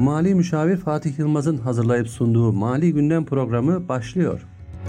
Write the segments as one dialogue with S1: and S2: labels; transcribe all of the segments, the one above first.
S1: Mali Müşavir Fatih Yılmaz'ın hazırlayıp sunduğu Mali Gündem programı başlıyor.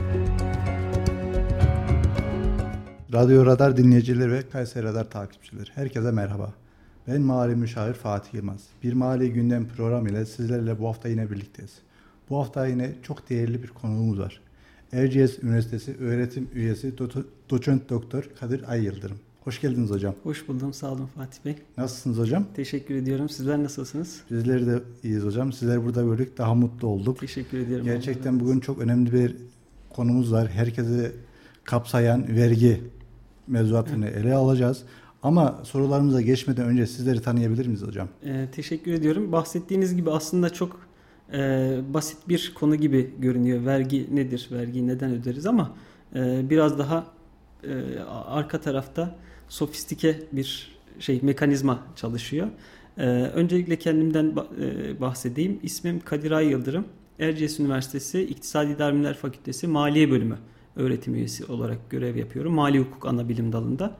S2: Radyo Radar dinleyicileri ve Kayseri Radar takipçileri, herkese merhaba. Ben Mali Müşavir Fatih Yılmaz. Bir Mali Gündem programı ile sizlerle bu hafta yine birlikteyiz. Bu hafta yine çok değerli bir konuğumuz var. Erciyes Üniversitesi öğretim üyesi doçent doktor Kadir Ay Yıldırım. Hoş geldiniz hocam.
S3: Hoş buldum. Sağ olun Fatih Bey.
S2: Nasılsınız hocam?
S3: Teşekkür ediyorum. Sizler nasılsınız?
S2: Bizler de iyiyiz hocam. Sizler burada gördük. Daha mutlu olduk.
S3: Teşekkür ediyorum.
S2: Gerçekten bugün çok önemli bir konumuz var. Herkesi kapsayan vergi mevzuatını ele alacağız. Ama sorularımıza geçmeden önce sizleri tanıyabilir miyiz hocam?
S3: Teşekkür ediyorum. Bahsettiğiniz gibi aslında çok basit bir konu gibi görünüyor. Vergi nedir? Vergiyi neden öderiz? Ama biraz daha arka tarafta sofistike bir mekanizma çalışıyor. Öncelikle kendimden bahsedeyim. İsmim Kadir Ay Yıldırım. Erciyes Üniversitesi İktisadi İdari Bilimler Fakültesi Maliye Bölümü öğretim üyesi olarak görev yapıyorum. Mali Hukuk Anabilim dalında.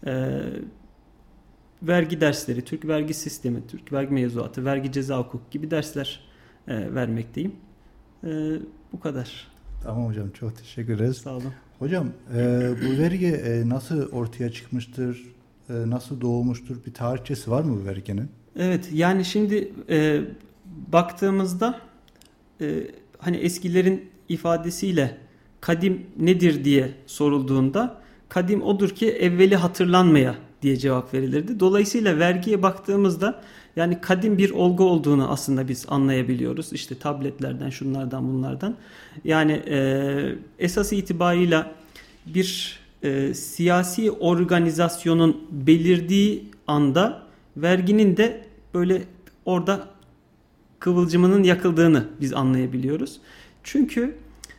S3: Vergi dersleri, Türk vergi sistemi, Türk vergi mevzuatı, vergi ceza hukuk gibi dersler vermekteyim. Bu kadar.
S2: Tamam hocam, çok teşekkür ederiz.
S3: Sağ olun.
S2: Hocam bu vergi nasıl ortaya çıkmıştır, nasıl doğmuştur, bir tarihçesi var mı bu verginin?
S3: Evet, yani şimdi baktığımızda hani eskilerin ifadesiyle kadim nedir diye sorulduğunda kadim odur ki evveli hatırlanmaya diye cevap verilirdi. Dolayısıyla vergiye baktığımızda yani kadim bir olgu olduğunu aslında biz anlayabiliyoruz. İşte tabletlerden, şunlardan, bunlardan. Yani esas itibarıyla bir siyasi organizasyonun belirdiği anda verginin de böyle orada kıvılcımının yakıldığını biz anlayabiliyoruz. Çünkü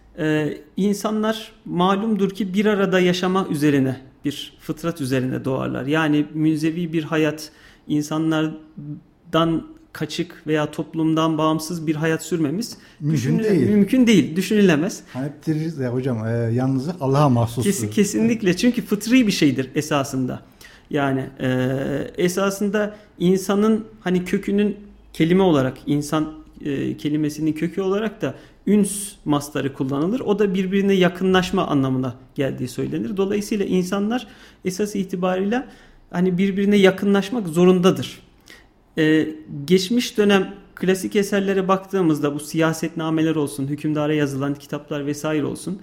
S3: insanlar malumdur ki bir arada yaşama üzerine, bir fıtrat üzerine doğarlar. Yani münzevi bir hayat, insanlardan kaçık veya toplumdan bağımsız bir hayat sürmemiz mümkün değil, düşünülemez.
S2: Hep deriz ya hocam, yalnızlık Allah'a mahsustur.
S3: Kesinlikle, çünkü fıtri bir şeydir esasında. Yani esasında insanın hani kökünün kelime olarak, insan kelimesinin kökü olarak da üns mastarı kullanılır. O da birbirine yakınlaşma anlamına geldiği söylenir. Dolayısıyla insanlar esas itibariyle hani birbirine yakınlaşmak zorundadır. Geçmiş dönem klasik eserlere baktığımızda bu siyasetnameler olsun, hükümdara yazılan kitaplar vesaire olsun,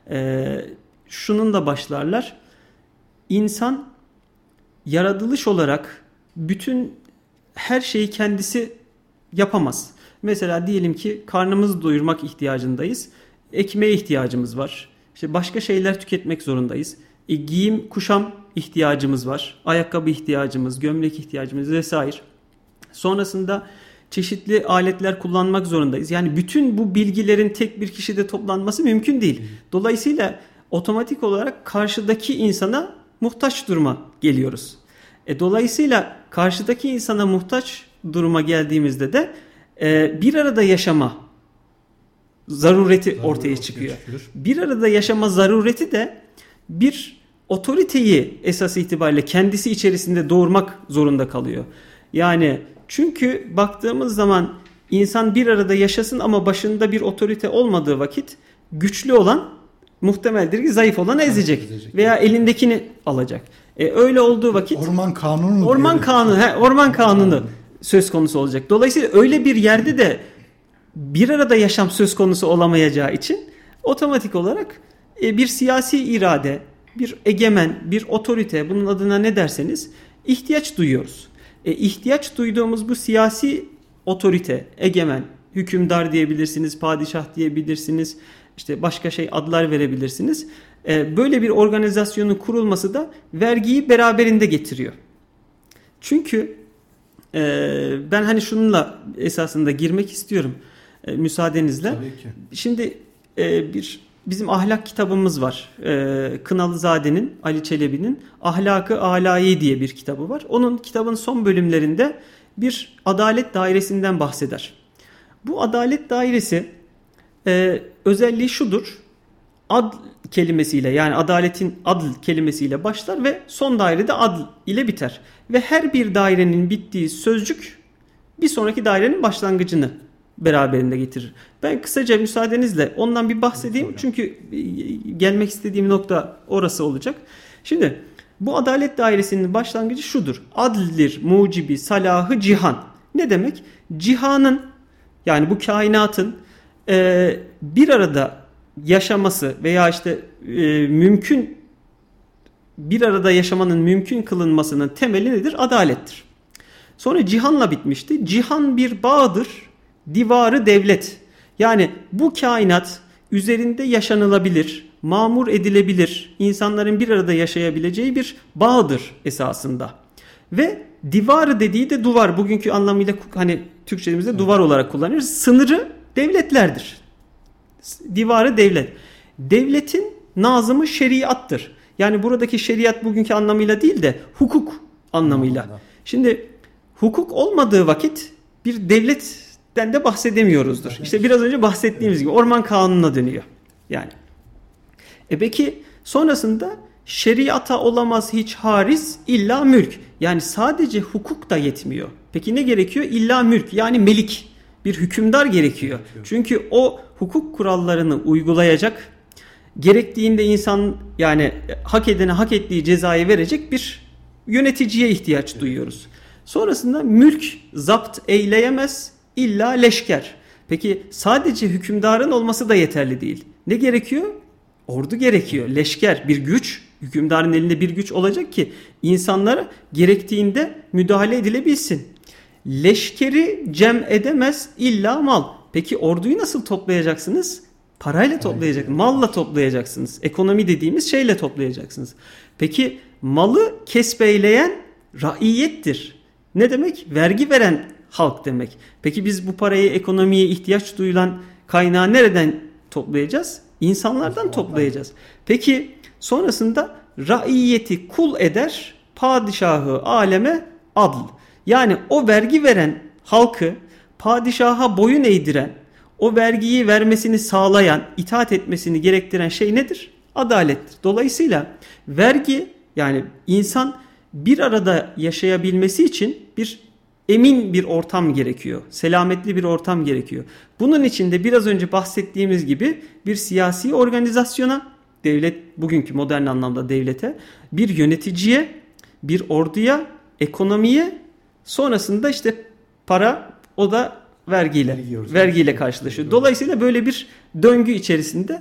S3: şununla başlarlar. İnsan yaratılış olarak bütün her şeyi kendisi yapamaz. Mesela diyelim ki karnımızı doyurmak ihtiyacındayız. Ekmeğe ihtiyacımız var. İşte başka şeyler tüketmek zorundayız. Giyim, kuşam ihtiyacımız var. Ayakkabı ihtiyacımız, gömlek ihtiyacımız vesaire. Sonrasında çeşitli aletler kullanmak zorundayız. Yani bütün bu bilgilerin tek bir kişide toplanması mümkün değil. Dolayısıyla otomatik olarak karşıdaki insana muhtaç duruma geliyoruz. Dolayısıyla karşıdaki insana muhtaç duruma geldiğimizde de bir arada yaşama zarureti ortaya çıkıyor. Bir arada yaşama zarureti de bir otoriteyi esas itibariyle kendisi içerisinde doğurmak zorunda kalıyor. Yani çünkü baktığımız zaman insan bir arada yaşasın ama başında bir otorite olmadığı vakit güçlü olan muhtemeldir ki zayıf olan ezecek veya elindekini alacak. Öyle olduğu vakit orman kanunu söz konusu olacak. Dolayısıyla öyle bir yerde de bir arada yaşam söz konusu olamayacağı için otomatik olarak bir siyasi irade, bir egemen, bir otorite, bunun adına ne derseniz ihtiyaç duyuyoruz. İhtiyaç duyduğumuz bu siyasi otorite, egemen, hükümdar diyebilirsiniz, padişah diyebilirsiniz, işte başka adlar verebilirsiniz. Böyle bir organizasyonun kurulması da vergiyi beraberinde getiriyor. Çünkü ben hani şununla esasında girmek istiyorum müsaadenizle.
S2: Tabii ki.
S3: Şimdi bizim ahlak kitabımız var. Kınalızade'nin, Ali Çelebi'nin Ahlak-ı Âlâî diye bir kitabı var. Onun kitabın son bölümlerinde bir adalet dairesinden bahseder. Bu adalet dairesi özelliği şudur. Adl kelimesiyle, yani adaletin adl kelimesiyle başlar ve son dairede adl ile biter. Ve her bir dairenin bittiği sözcük bir sonraki dairenin başlangıcını beraberinde getirir. Ben kısaca müsaadenizle ondan bir bahsedeyim. Çünkü gelmek istediğim nokta orası olacak. Şimdi bu adalet dairesinin başlangıcı şudur. Adildir, mucibi, salahı, cihan. Ne demek? Cihanın, yani bu kainatın bir arada yaşaması veya işte mümkün bir arada yaşamanın mümkün kılınmasının temeli nedir? Adalettir. Sonra cihanla bitmişti. Cihan bir bağdır, divarı devlet. Yani bu kainat üzerinde yaşanılabilir, mamur edilebilir, insanların bir arada yaşayabileceği bir bağdır esasında. Ve divarı dediği de duvar. Bugünkü anlamıyla hani Türkçemizde duvar olarak kullanıyoruz. Sınırı devletlerdir. Divarı devlet. Devletin nazımı şeriattır. Yani buradaki şeriat bugünkü anlamıyla değil de hukuk anlamıyla. Şimdi hukuk olmadığı vakit bir devletten de bahsedemiyoruzdur. İşte biraz önce bahsettiğimiz gibi orman kanununa dönüyor. Yani. Peki sonrasında şeriata olamaz hiç haris illa mülk. Yani sadece hukuk da yetmiyor. Peki ne gerekiyor? İlla mülk, yani melik. Bir hükümdar gerekiyor. Çünkü o hukuk kurallarını uygulayacak, gerektiğinde insan, yani hak edene hak ettiği cezayı verecek bir yöneticiye ihtiyaç duyuyoruz. Sonrasında mülk zapt eyleyemez illa leşker. Peki sadece hükümdarın olması da yeterli değil. Ne gerekiyor? Ordu gerekiyor. Leşker, bir güç. Hükümdarın elinde bir güç olacak ki insanlara gerektiğinde müdahale edilebilsin. Leşkeri cem edemez illa mal. Peki orduyu nasıl toplayacaksınız? Parayla toplayacaksınız, malla toplayacaksınız. Ekonomi dediğimiz şeyle toplayacaksınız. Peki malı kesbeyleyen raiyettir. Ne demek? Vergi veren halk demek. Peki biz bu parayı ekonomiye ihtiyaç duyulan kaynağı nereden toplayacağız? İnsanlardan toplayacağız. Peki sonrasında raiyeti kul eder, padişahı aleme adl. Yani o vergi veren halkı padişaha boyun eğdiren, o vergiyi vermesini sağlayan, itaat etmesini gerektiren şey nedir? Adalettir. Dolayısıyla vergi, yani insan bir arada yaşayabilmesi için bir emin bir ortam gerekiyor. Selametli bir ortam gerekiyor. Bunun için de biraz önce bahsettiğimiz gibi bir siyasi organizasyona, devlet, bugünkü modern anlamda devlete, bir yöneticiye, bir orduya, ekonomiye, sonrasında işte para, o da vergiyle karşılaşıyor. Dolayısıyla böyle bir döngü içerisinde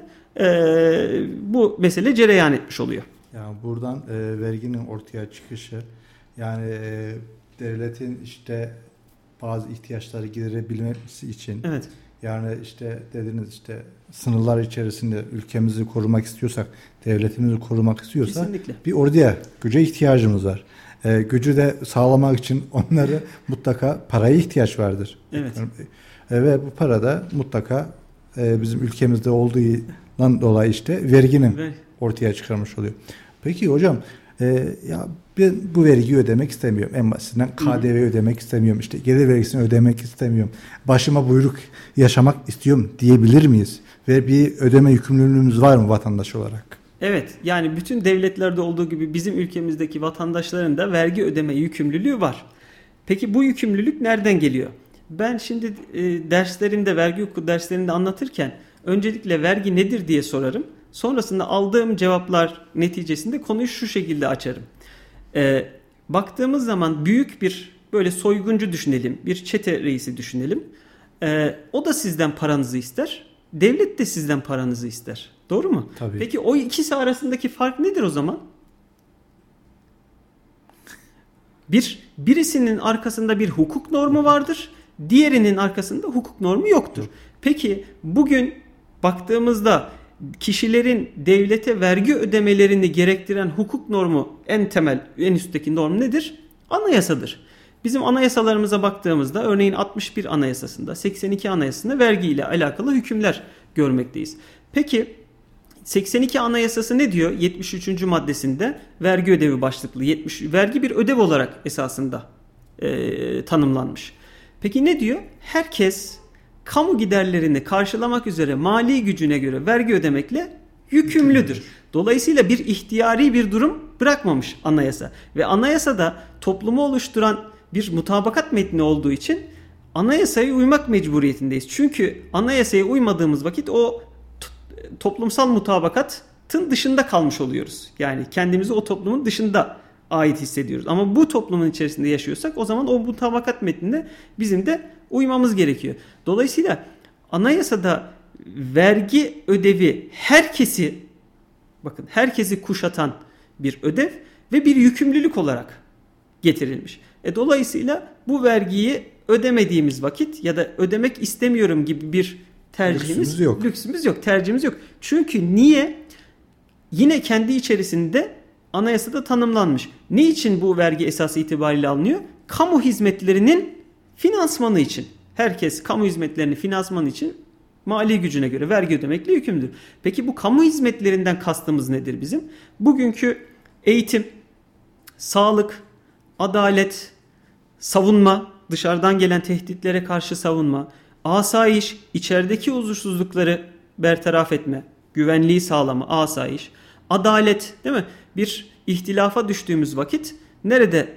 S3: bu mesele cereyan etmiş oluyor.
S2: Yani buradan verginin ortaya çıkışı, yani devletin işte bazı ihtiyaçları giderebilmesi için,
S3: evet,
S2: yani işte dediniz, işte sınırlar içerisinde ülkemizi korumak istiyorsak, devletimizi korumak istiyorsak
S3: kesinlikle
S2: bir orduya, güce ihtiyacımız var. Gücü de sağlamak için onlara mutlaka paraya ihtiyaç vardır.
S3: Evet.
S2: Ve bu para da mutlaka bizim ülkemizde olduğundan dolayı işte verginin ortaya çıkarmış oluyor. Peki hocam, ya ben bu vergiyi ödemek istemiyorum. En basitinden KDV ödemek istemiyorum. İşte gelir vergisini ödemek istemiyorum. Başıma buyruk yaşamak istiyorum diyebilir miyiz? Ve bir ödeme yükümlülüğümüz var mı vatandaş olarak?
S3: Evet, yani bütün devletlerde olduğu gibi bizim ülkemizdeki vatandaşların da vergi ödeme yükümlülüğü var. Peki bu yükümlülük nereden geliyor? Ben şimdi derslerimde, vergi hukuku derslerinde anlatırken öncelikle vergi nedir diye sorarım. Sonrasında aldığım cevaplar neticesinde konuyu şu şekilde açarım. Baktığımız zaman büyük bir böyle soyguncu düşünelim, bir çete reisi düşünelim. O da sizden paranızı ister, devlet de sizden paranızı ister. Doğru mu?
S2: Tabii.
S3: Peki o ikisi arasındaki fark nedir o zaman? Birisinin arkasında bir hukuk normu vardır, diğerinin arkasında hukuk normu yoktur. Peki bugün baktığımızda kişilerin devlete vergi ödemelerini gerektiren hukuk normu, en temel, en üstteki norm nedir? Anayasadır. Bizim anayasalarımıza baktığımızda örneğin 61 Anayasası'nda, 82 Anayasası'nda vergi ile alakalı hükümler görmekteyiz. Peki 82 Anayasası ne diyor? 73. maddesinde vergi ödevi başlıklı. Vergi bir ödev olarak esasında tanımlanmış. Peki ne diyor? Herkes kamu giderlerini karşılamak üzere mali gücüne göre vergi ödemekle yükümlüdür. Dolayısıyla bir ihtiyari bir durum bırakmamış anayasa. Ve anayasada toplumu oluşturan bir mutabakat metni olduğu için anayasaya uymak mecburiyetindeyiz. Çünkü anayasaya uymadığımız vakit o toplumsal mutabakatın dışında kalmış oluyoruz. Yani kendimizi o toplumun dışında ait hissediyoruz. Ama bu toplumun içerisinde yaşıyorsak o zaman o mutabakat metnine bizim de uymamız gerekiyor. Dolayısıyla anayasada vergi ödevi herkesi kuşatan bir ödev ve bir yükümlülük olarak getirilmiş. Dolayısıyla bu vergiyi ödemediğimiz vakit ya da ödemek istemiyorum gibi bir tercihimiz lüksümüz yok, tercihimiz yok. Çünkü niye? Yine kendi içerisinde anayasada tanımlanmış. Ne için bu vergi esası itibariyle alınıyor? Kamu hizmetlerinin finansmanı için. Herkes kamu hizmetlerinin finansmanı için mali gücüne göre vergi ödemekle yükümlüdür. Peki bu kamu hizmetlerinden kastımız nedir bizim? Bugünkü eğitim, sağlık, adalet, savunma, dışarıdan gelen tehditlere karşı savunma, asayiş, içerideki huzursuzlukları bertaraf etme, güvenliği sağlama, asayiş, adalet, değil mi? Bir ihtilafa düştüğümüz vakit nerede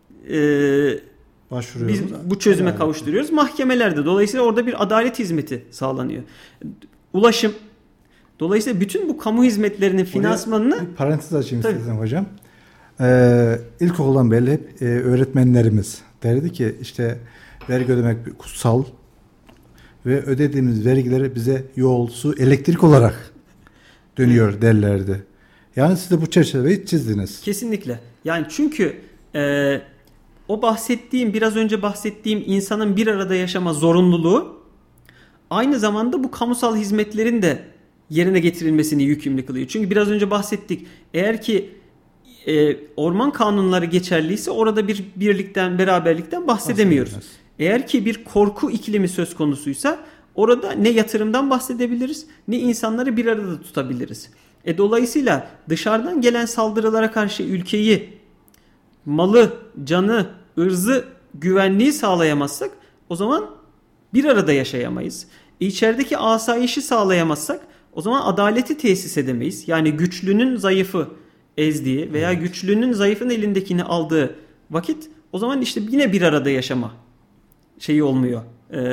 S3: biz bu çözüme kavuşturuyoruz? Mahkemelerde. Dolayısıyla orada bir adalet hizmeti sağlanıyor. Ulaşım. Dolayısıyla bütün bu kamu hizmetlerinin finansmanını...
S2: Bir parantez açayım istedim hocam. İlkokuldan beri hep öğretmenlerimiz derdi ki işte vergi ödemek kutsal ve ödediğimiz vergileri bize yol, su, elektrik olarak dönüyor derlerdi. Yani siz de bu çerçeveyi çizdiniz.
S3: Kesinlikle. Yani çünkü o biraz önce bahsettiğim insanın bir arada yaşama zorunluluğu aynı zamanda bu kamusal hizmetlerin de yerine getirilmesini yükümlü kılıyor. Çünkü biraz önce bahsettik. Eğer ki orman kanunları geçerliyse orada bir birlikten, beraberlikten bahsedemiyoruz. Eğer ki bir korku iklimi söz konusuysa orada ne yatırımdan bahsedebiliriz ne insanları bir arada tutabiliriz. Dolayısıyla dışarıdan gelen saldırılara karşı ülkeyi, malı, canı, ırzı, güvenliği sağlayamazsak o zaman bir arada yaşayamayız. İçerideki asayişi sağlayamazsak o zaman adaleti tesis edemeyiz. Yani güçlünün zayıfı ezdiği veya güçlünün zayıfın elindekini aldığı vakit o zaman işte yine bir arada yaşama şeyi olmuyor.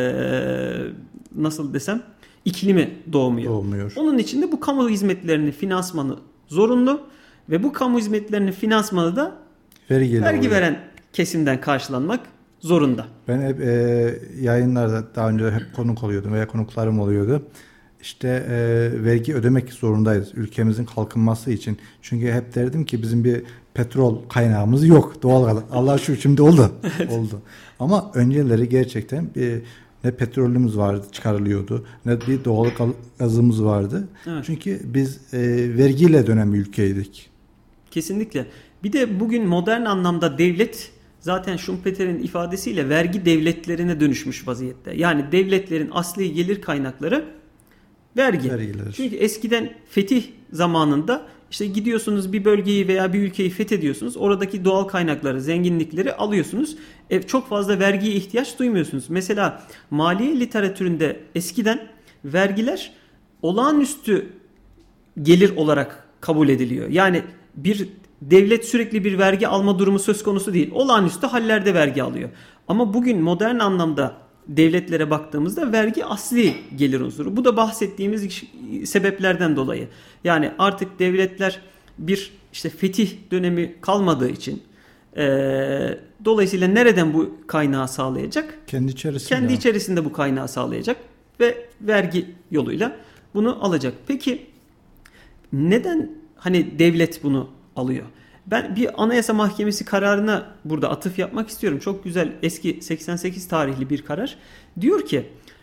S3: Nasıl desem? İklimi doğmuyor. Onun için de bu kamu hizmetlerinin finansmanı zorunlu ve bu kamu hizmetlerinin finansmanı da vergi veren kesimden karşılanmak zorunda.
S2: Ben hep yayınlarda daha önce hep konuk oluyordum veya konuklarım oluyordu. İşte vergi ödemek zorundayız ülkemizin kalkınması için. Çünkü hep derdim ki bizim bir petrol kaynağımız yok. Doğal Allah şu şimdi oldu. Evet. Oldu. Ama önceleri gerçekten ne petrolümüz vardı çıkarılıyordu ne bir doğal gazımız vardı. Evet. Çünkü biz vergiyle dönen bir ülkeydik.
S3: Kesinlikle. Bir de bugün modern anlamda devlet zaten Schumpeter'in ifadesiyle vergi devletlerine dönüşmüş vaziyette. Yani devletlerin asli gelir kaynakları vergiler. Çünkü eskiden fetih zamanında işte gidiyorsunuz bir bölgeyi veya bir ülkeyi fethediyorsunuz. Oradaki doğal kaynakları, zenginlikleri alıyorsunuz. Çok fazla vergiye ihtiyaç duymuyorsunuz. Mesela maliye literatüründe eskiden vergiler olağanüstü gelir olarak kabul ediliyor. Yani bir devlet sürekli bir vergi alma durumu söz konusu değil. Olağanüstü hallerde vergi alıyor. Ama bugün modern anlamda devletlere baktığımızda vergi asli gelir unsuru. Bu da bahsettiğimiz sebeplerden dolayı. Yani artık devletler bir işte fetih dönemi kalmadığı için dolayısıyla nereden bu kaynağı sağlayacak? Kendi içerisinde bu kaynağı sağlayacak ve vergi yoluyla bunu alacak. Peki neden hani devlet bunu alıyor? Ben bir Anayasa Mahkemesi kararına burada atıf yapmak istiyorum. Çok güzel eski 88 tarihli bir karar. Diyor ki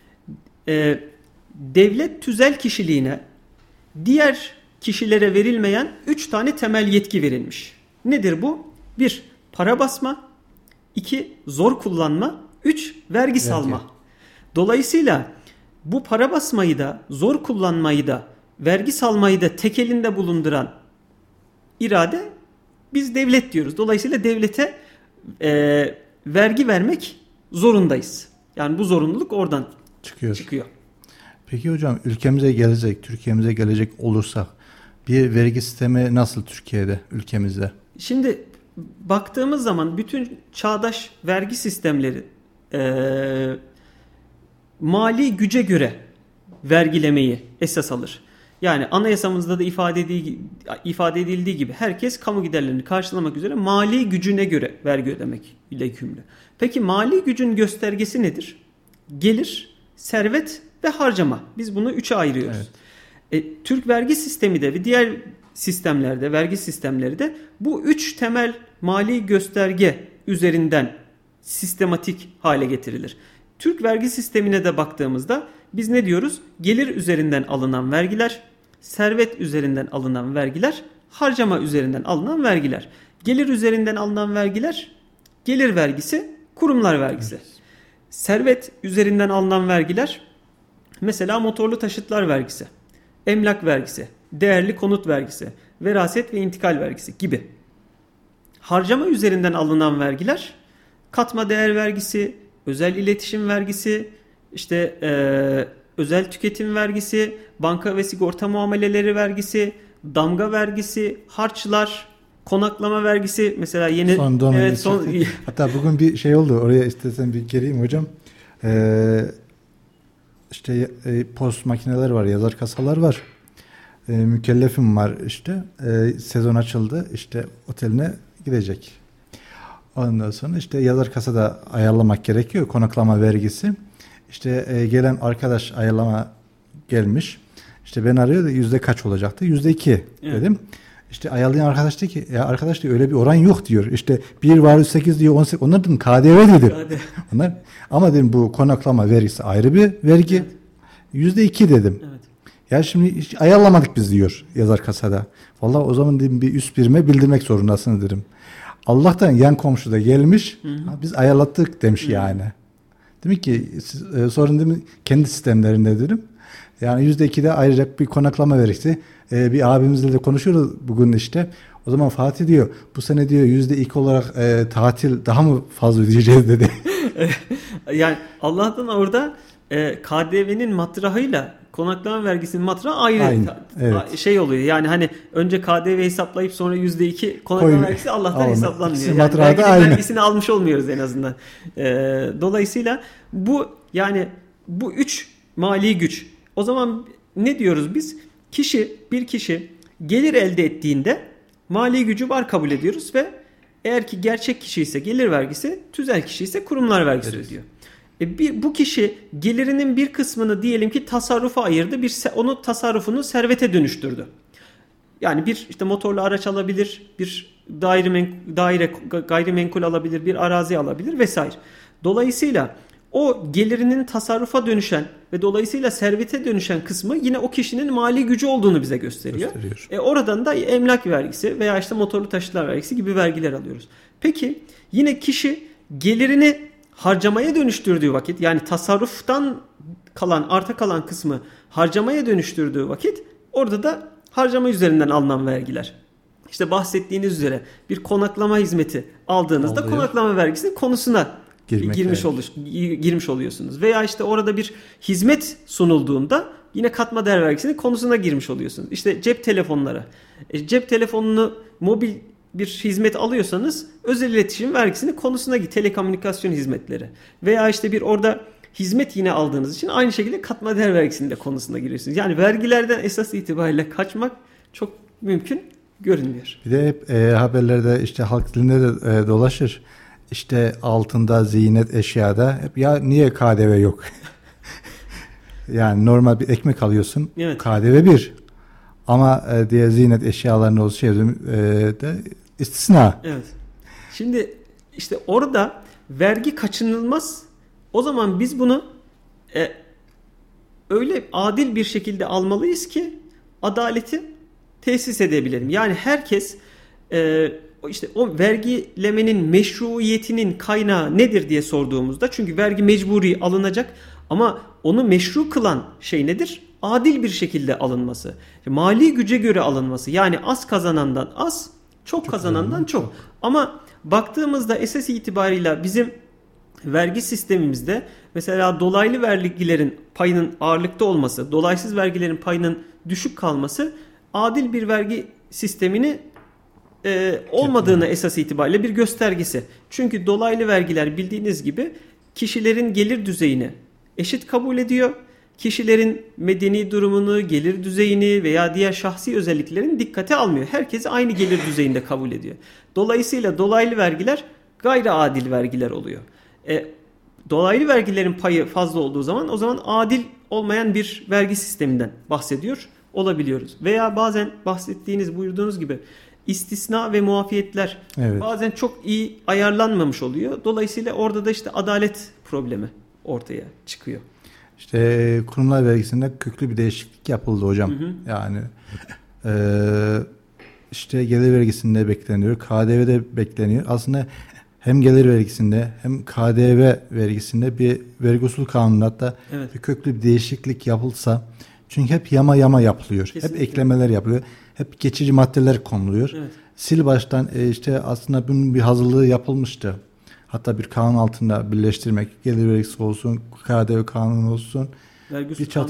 S3: devlet tüzel kişiliğine diğer kişilere verilmeyen 3 tane temel yetki verilmiş. Nedir bu? 1. Para basma. 2. Zor kullanma. 3. Vergi salma. Dolayısıyla bu para basmayı da zor kullanmayı da vergi salmayı da tek elinde bulunduran irade biz devlet diyoruz. Dolayısıyla devlete vergi vermek zorundayız. Yani bu zorunluluk oradan çıkıyor.
S2: Peki hocam Türkiye'mize gelecek olursak bir vergi sistemi nasıl Türkiye'de, ülkemizde?
S3: Şimdi baktığımız zaman bütün çağdaş vergi sistemleri mali güce göre vergilemeyi esas alır. Yani anayasamızda da ifade edildiği gibi herkes kamu giderlerini karşılamak üzere mali gücüne göre vergi ödemek ile yükümlü. Peki mali gücün göstergesi nedir? Gelir, servet ve harcama. Biz bunu 3'e ayırıyoruz. Evet. Türk vergi sistemi de ve diğer sistemlerde, vergi sistemleri de bu 3 temel mali gösterge üzerinden sistematik hale getirilir. Türk vergi sistemine de baktığımızda biz ne diyoruz? Gelir üzerinden alınan vergiler, servet üzerinden alınan vergiler, harcama üzerinden alınan vergiler. Gelir üzerinden alınan vergiler, gelir vergisi, kurumlar vergisi. Evet. Servet üzerinden alınan vergiler, mesela motorlu taşıtlar vergisi, emlak vergisi, değerli konut vergisi, veraset ve intikal vergisi gibi. Harcama üzerinden alınan vergiler, katma değer vergisi, özel iletişim vergisi, işte özel tüketim vergisi, banka ve sigorta muameleleri vergisi, damga vergisi, harçlar, konaklama vergisi, mesela yeni
S2: hatta bugün bir şey oldu, oraya istesen bir geleyim hocam. İşte post makineler var, yazar kasalar var. Mükellefim var işte. Sezon açıldı, işte oteline gidecek. Ondan sonra işte yazar kasada ayarlamak gerekiyor, konaklama vergisi. İşte gelen arkadaş ayarlama gelmiş. İşte ben arıyor da yüzde kaç olacaktı? %2 dedim. İşte ayarlayan arkadaş dedi ki ya arkadaş diyor öyle bir oran yok diyor. İşte 1/8 diyor 18. Onlar dedim KDV dedim. Onlar, ama dedim bu konaklama vergisi ayrı bir vergi. %2 dedim. Evet. Ya şimdi hiç ayarlamadık biz diyor yazar kasada. Vallahi o zaman dedim bir üst birime bildirmek zorundasınız dedim. Allah'tan yan komşu da gelmiş. Biz ayarlattık demiş yani. Demek ki sorun değil mi? Kendi sistemlerinde dedim. Yani %2'de ayıracak bir konaklama vergisi. Bir abimizle de konuşuyoruz bugün işte. O zaman Fatih diyor bu sene diyor %2 olarak tatil daha mı fazla ödeyeceğiz dedi.
S3: Yani Allah'tan orada KDV'nin matrahıyla konaklama vergisinin matrahı aynı. Evet. Şey oluyor yani hani önce KDV hesaplayıp sonra %2 konaklama vergisi Allah'tan hesaplanmıyor. Yani vergisini almış olmuyoruz en azından. Dolayısıyla bu 3 mali güç. O zaman ne diyoruz biz? Bir kişi gelir elde ettiğinde mali gücü var kabul ediyoruz ve eğer ki gerçek kişi ise gelir vergisi, tüzel kişi ise kurumlar vergisi ödüyor. Bu kişi gelirinin bir kısmını diyelim ki tasarrufa ayırdı, onu tasarrufunu servete dönüştürdü. Yani bir işte motorlu araç alabilir, bir gayrimenkul alabilir, bir arazi alabilir vesaire. Dolayısıyla o gelirinin tasarrufa dönüşen ve dolayısıyla servete dönüşen kısmı yine o kişinin mali gücü olduğunu bize gösteriyor. Oradan da emlak vergisi veya işte motorlu taşıtlar vergisi gibi vergiler alıyoruz. Peki yine kişi gelirini harcamaya dönüştürdüğü vakit, yani tasarruftan arta kalan kısmı harcamaya dönüştürdüğü vakit orada da harcama üzerinden alınan vergiler. İşte bahsettiğiniz üzere bir konaklama hizmeti aldığınızda konaklama vergisinin konusuna girmiş oluyorsunuz. Veya işte orada bir hizmet sunulduğunda yine katma değer vergisinin konusuna girmiş oluyorsunuz. İşte cep telefonları. Cep telefonunu mobil bir hizmet alıyorsanız özel iletişim vergisinin konusuna telekomünikasyon hizmetleri. Veya işte bir orada hizmet yine aldığınız için aynı şekilde katma değer vergisinin de konusuna giriyorsunuz. Yani vergilerden esas itibariyle kaçmak çok mümkün görünmüyor.
S2: Bir de hep haberlerde işte halk dilinde de dolaşır. İşte altında, ziynet eşyada hep ya niye KDV yok? Yani normal bir ekmek alıyorsun. Evet. KDV 1. Ama diğer ziynet eşyalarının olduğu şey de istisna.
S3: Evet. Şimdi işte orada vergi kaçınılmaz. O zaman biz bunu öyle adil bir şekilde almalıyız ki adaleti tesis edebilelim. Yani herkes işte o vergilemenin meşruiyetinin kaynağı nedir diye sorduğumuzda, çünkü vergi mecburi alınacak ama onu meşru kılan şey nedir? Adil bir şekilde alınması. Mali güce göre alınması. Yani az kazanandan az, çok kazanandan çok. Ama baktığımızda esas itibarıyla bizim vergi sistemimizde mesela dolaylı vergilerin payının ağırlıkta olması, dolaysız vergilerin payının düşük kalması adil bir vergi sistemini olmadığını esas itibariyle bir göstergesi. Çünkü dolaylı vergiler bildiğiniz gibi kişilerin gelir düzeyini eşit kabul ediyor. Kişilerin medeni durumunu, gelir düzeyini veya diğer şahsi özelliklerini dikkate almıyor. Herkesi aynı gelir düzeyinde kabul ediyor. Dolayısıyla dolaylı vergiler gayri adil vergiler oluyor. Dolaylı vergilerin payı fazla olduğu zaman o zaman adil olmayan bir vergi sisteminden bahsediyor olabiliyoruz. Veya bazen buyurduğunuz gibi istisna ve muafiyetler bazen çok iyi ayarlanmamış oluyor. Dolayısıyla orada da işte adalet problemi ortaya çıkıyor.
S2: İşte kurumlar vergisinde köklü bir değişiklik yapıldı hocam. Yani işte gelir vergisinde bekleniyor, KDV'de bekleniyor. Aslında hem gelir vergisinde hem KDV vergisinde bir vergi usul kanunu hatta bir köklü bir değişiklik yapılsa. Çünkü hep yama yapılıyor. Kesinlikle. Hep eklemeler yapılıyor. Hep geçici maddeler konuluyor. Evet. Sil baştan işte aslında bunun bir hazırlığı yapılmıştı. Hatta bir kanun altında birleştirmek, gelir vergisi olsun, KDV kanunu olsun. Bir çat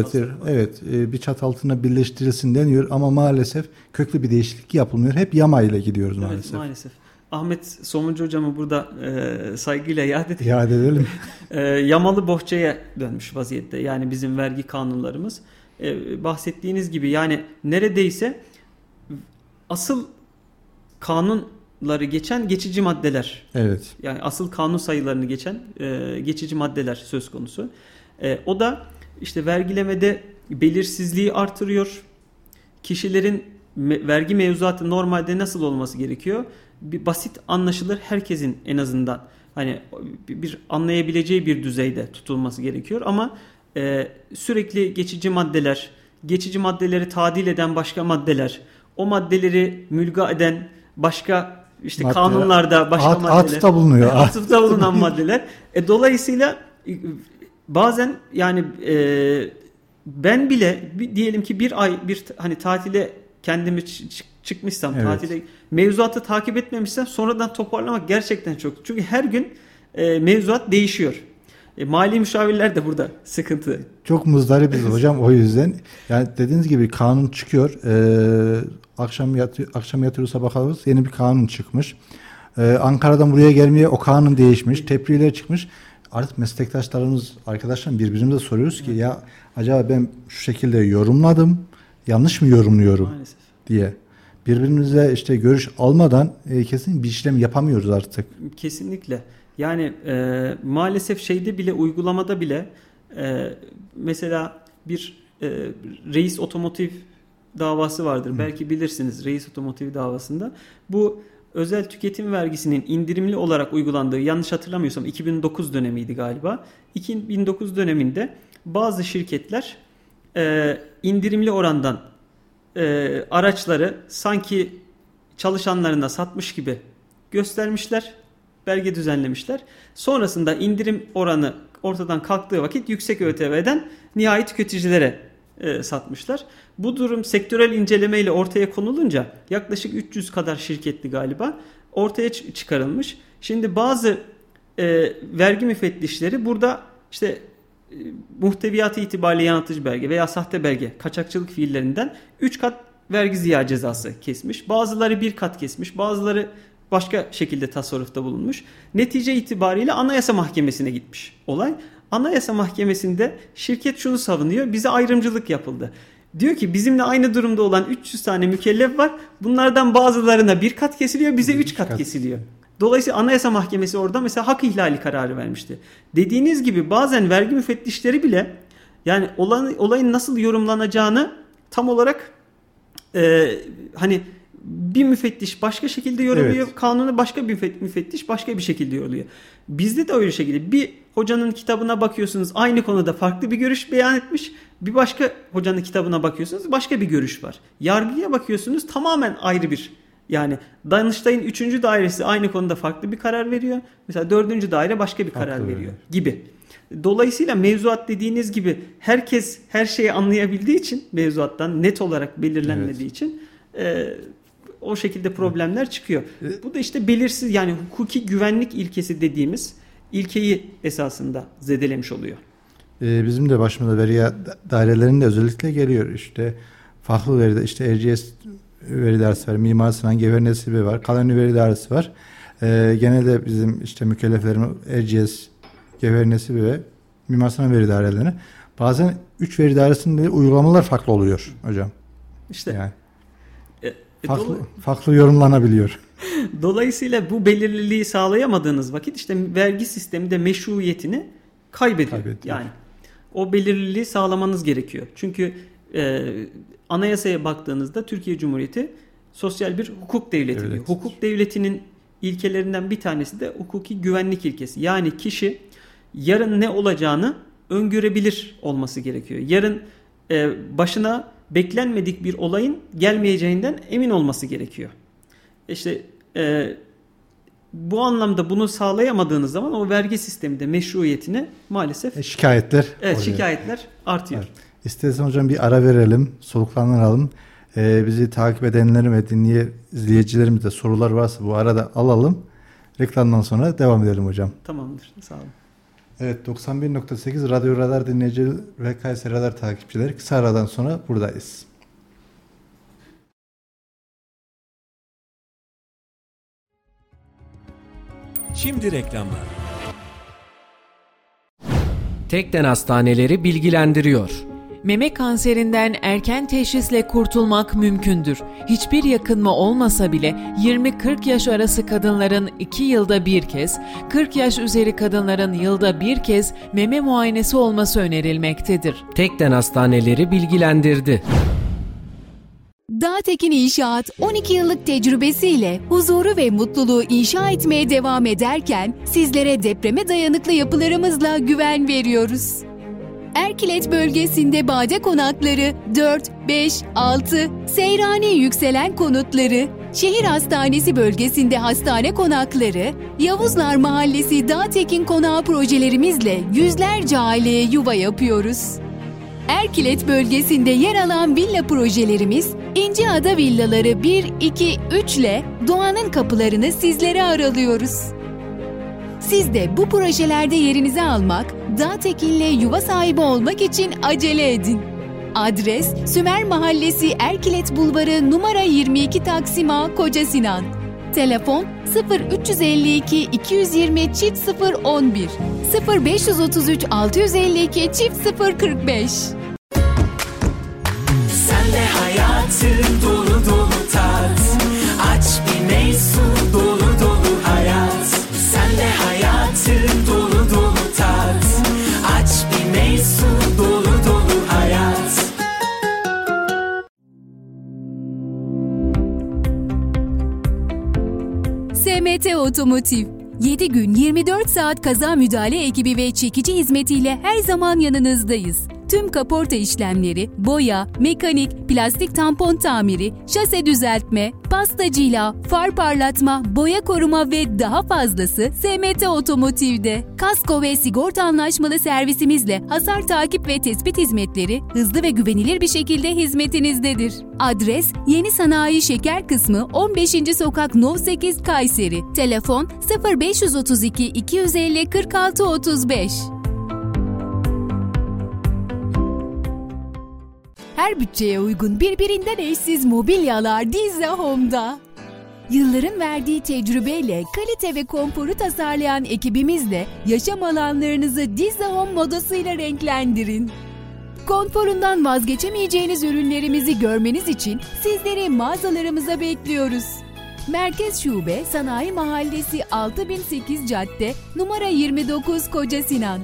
S2: altına birleştirilsin deniyor ama maalesef köklü bir değişiklik yapılmıyor. Hep yama ile gidiyoruz maalesef.
S3: Ahmet Somuncu hocamı burada saygıyla yad
S2: edelim.
S3: Yamalı bohçaya dönmüş vaziyette. Yani bizim vergi kanunlarımız. Bahsettiğiniz gibi yani neredeyse asıl kanunları geçen geçici maddeler.
S2: Evet.
S3: Yani asıl kanun sayılarını geçen geçici maddeler söz konusu. O da işte vergilemede belirsizliği artırıyor. Kişilerin vergi mevzuatı normalde nasıl olması gerekiyor? Bir basit, anlaşılır, herkesin en azından hani bir anlayabileceği bir düzeyde tutulması gerekiyor ama sürekli geçici maddeler, geçici maddeleri tadil eden başka maddeler, o maddeleri mülga eden başka işte maddeler, kanunlarda başka maddeler,
S2: atıfta bulunuyor.
S3: Atıfta bulunan maddeler. Dolayısıyla bazen yani ben bile diyelim ki bir ay bir hani tatile kendimi çıkmışsam, tatile mevzuatı takip etmemişsem sonradan toparlamak gerçekten çok. Çünkü her gün mevzuat değişiyor. Mali müşavirler de burada sıkıntı.
S2: Çok muzdaribiz hocam o yüzden. Yani dediğiniz gibi kanun çıkıyor. Akşam yatıyoruz sabah kalırız yeni bir kanun çıkmış. Ankara'dan buraya gelmeye o kanun değişmiş. Tepriğler çıkmış. Artık meslektaşlarımız, arkadaşlar birbirimize soruyoruz ki ya acaba ben şu şekilde yorumladım. Yanlış mı yorumluyorum maalesef diye. Birbirimize işte görüş almadan kesin bir işlem yapamıyoruz artık.
S3: Kesinlikle. Yani maalesef şeyde bile uygulamada bile mesela bir Reis Otomotiv davası vardır. Belki bilirsiniz Reis Otomotiv davasında. Bu özel tüketim vergisinin indirimli olarak uygulandığı yanlış hatırlamıyorsam 2009 dönemiydi galiba. 2009 döneminde bazı şirketler indirimli orandan araçları sanki çalışanlarına satmış gibi göstermişler, belge düzenlemişler. Sonrasında indirim oranı ortadan kalktığı vakit yüksek ÖTV'den nihai tüketicilere satmışlar. Bu durum sektörel incelemeyle ortaya konulunca yaklaşık 300 kadar şirketli galiba ortaya çıkarılmış. Şimdi bazı vergi müfettişleri burada işte muhteviyatı itibariyle yanıltıcı belge veya sahte belge, kaçakçılık fiillerinden 3 kat vergi ziyağı cezası kesmiş. Bazıları 1 kat kesmiş, bazıları başka şekilde tasarrufta bulunmuş. Netice itibariyle Anayasa Mahkemesi'ne gitmiş olay. Anayasa Mahkemesi'nde şirket şunu savunuyor, bize ayrımcılık yapıldı. Diyor ki bizimle aynı durumda olan 300 tane mükellef var. Bunlardan bazılarına 1 kat kesiliyor, bize 3 kat kesiliyor. Dolayısıyla Anayasa Mahkemesi orada mesela hak ihlali kararı vermişti. Dediğiniz gibi bazen vergi müfettişleri bile yani olayın nasıl yorumlanacağını tam olarak hani bir müfettiş başka şekilde yorumluyor. Evet. Kanunu başka bir müfettiş başka bir şekilde yorumluyor. Bizde de öyle şekilde bir hocanın kitabına bakıyorsunuz aynı konuda farklı bir görüş beyan etmiş. Bir başka hocanın kitabına bakıyorsunuz başka bir görüş var. Yargıya bakıyorsunuz tamamen ayrı bir. Yani Danıştay'ın 3. dairesi aynı konuda farklı bir karar veriyor. Mesela 4. daire başka bir karar veriyor gibi. Dolayısıyla mevzuat dediğiniz gibi herkes her şeyi anlayabildiği için mevzuattan net olarak belirlenmediği için o şekilde problemler çıkıyor. Bu da işte belirsiz yani hukuki güvenlik ilkesi dediğimiz ilkeyi esasında zedelemiş oluyor.
S2: Bizim de başımıza veri dairelerinde özellikle geliyor. İşte farklı veride işte Erciyes veri dairesi var, Mimar Sinan Gevher Nesibi var, Kalemi veri dairesi var. Genelde bizim işte mükelleflerimiz Erciyes, Gevher Nesibi ve Mimar Sinan Veri Dairelerine. Bazen 3 veri dairesinde uygulamalar farklı oluyor hocam.
S3: İşte
S2: yani farklı yorumlanabiliyor.
S3: Dolayısıyla bu belirliliği sağlayamadığınız vakit işte vergi sistemi de meşruiyetini kaybediyor. Yani o belirliliği sağlamanız gerekiyor. Çünkü anayasaya baktığınızda Türkiye Cumhuriyeti sosyal bir hukuk devleti diyor. Hukuk devletinin ilkelerinden bir tanesi de hukuki güvenlik ilkesi. Yani kişi yarın ne olacağını öngörebilir olması gerekiyor. Yarın başına beklenmedik bir olayın gelmeyeceğinden emin olması gerekiyor. İşte bu anlamda bunu sağlayamadığınız zaman o vergi sisteminde meşruiyetini maalesef
S2: şikayetler
S3: artıyor.
S2: Evet. İstersen hocam bir ara verelim, soluklanalım. Bizi takip edenlerin ve izleyicilerimizde sorular varsa bu arada alalım. Reklamdan sonra devam edelim hocam.
S3: Tamamdır. Sağ olun.
S2: Evet, 91.8 Radyo Radar dinleyicileri ve Kayseri Radar takipçileri, kısa aradan sonra buradayız.
S4: Şimdi reklamlar.
S5: Tekden Hastaneleri bilgilendiriyor.
S6: Meme kanserinden erken teşhisle kurtulmak mümkündür. Hiçbir yakınma olmasa bile 20-40 yaş arası kadınların 2 yılda bir kez, 40 yaş üzeri kadınların yılda bir kez meme muayenesi olması önerilmektedir.
S5: Tekden Hastaneleri bilgilendirdi.
S7: Dağtekin İnşaat 12 yıllık tecrübesiyle huzuru ve mutluluğu inşa etmeye devam ederken sizlere depreme dayanıklı yapılarımızla güven veriyoruz. Erkilet bölgesinde bade konakları 4, 5, 6, Seyrani yükselen konutları, şehir hastanesi bölgesinde hastane konakları, Yavuzlar Mahallesi Dağtekin Konağı projelerimizle yüzlerce aileye yuva yapıyoruz. Erkilet bölgesinde yer alan villa projelerimiz İnciada Villaları 1, 2, 3 ile doğanın kapılarını sizlere aralıyoruz. Siz de bu projelerde yerinizi almak, Dağtekin'le yuva sahibi olmak için acele edin. Adres Sümer Mahallesi Erkilet Bulvarı numara 22 Taksim A, Koca Sinan. Telefon 0352 220 011 0533 652 045.
S8: Sen de hayatın dolu dolu tat. Aç bir meysu dolu dolu hayat. Sen de hayatın dolu dolu tat. Aç bir meysu dolu dolu hayat.
S7: SMT Otomotiv 7 gün 24 saat kaza müdahale ekibi ve çekici hizmetiyle her zaman yanınızdayız. Tüm kaporta işlemleri, boya, mekanik, plastik tampon tamiri, şase düzeltme, pastacıyla, far parlatma, boya koruma ve daha fazlası SMT Otomotiv'de. Kasko ve sigorta anlaşmalı servisimizle hasar takip ve tespit hizmetleri hızlı ve güvenilir bir şekilde hizmetinizdedir. Adres Yeni Sanayi Şeker Kısmı 15. Sokak No 8 Kayseri. Telefon 0532 250 46 35. Her bütçeye uygun birbirinden eşsiz mobilyalar Dizze Home'da. Yılların verdiği tecrübeyle kalite ve konforu tasarlayan ekibimizle yaşam alanlarınızı Dizze Home modasıyla renklendirin. Konforundan vazgeçemeyeceğiniz ürünlerimizi görmeniz için sizleri mağazalarımıza bekliyoruz. Merkez Şube Sanayi Mahallesi 6008 Cadde numara 29 Koca Sinan.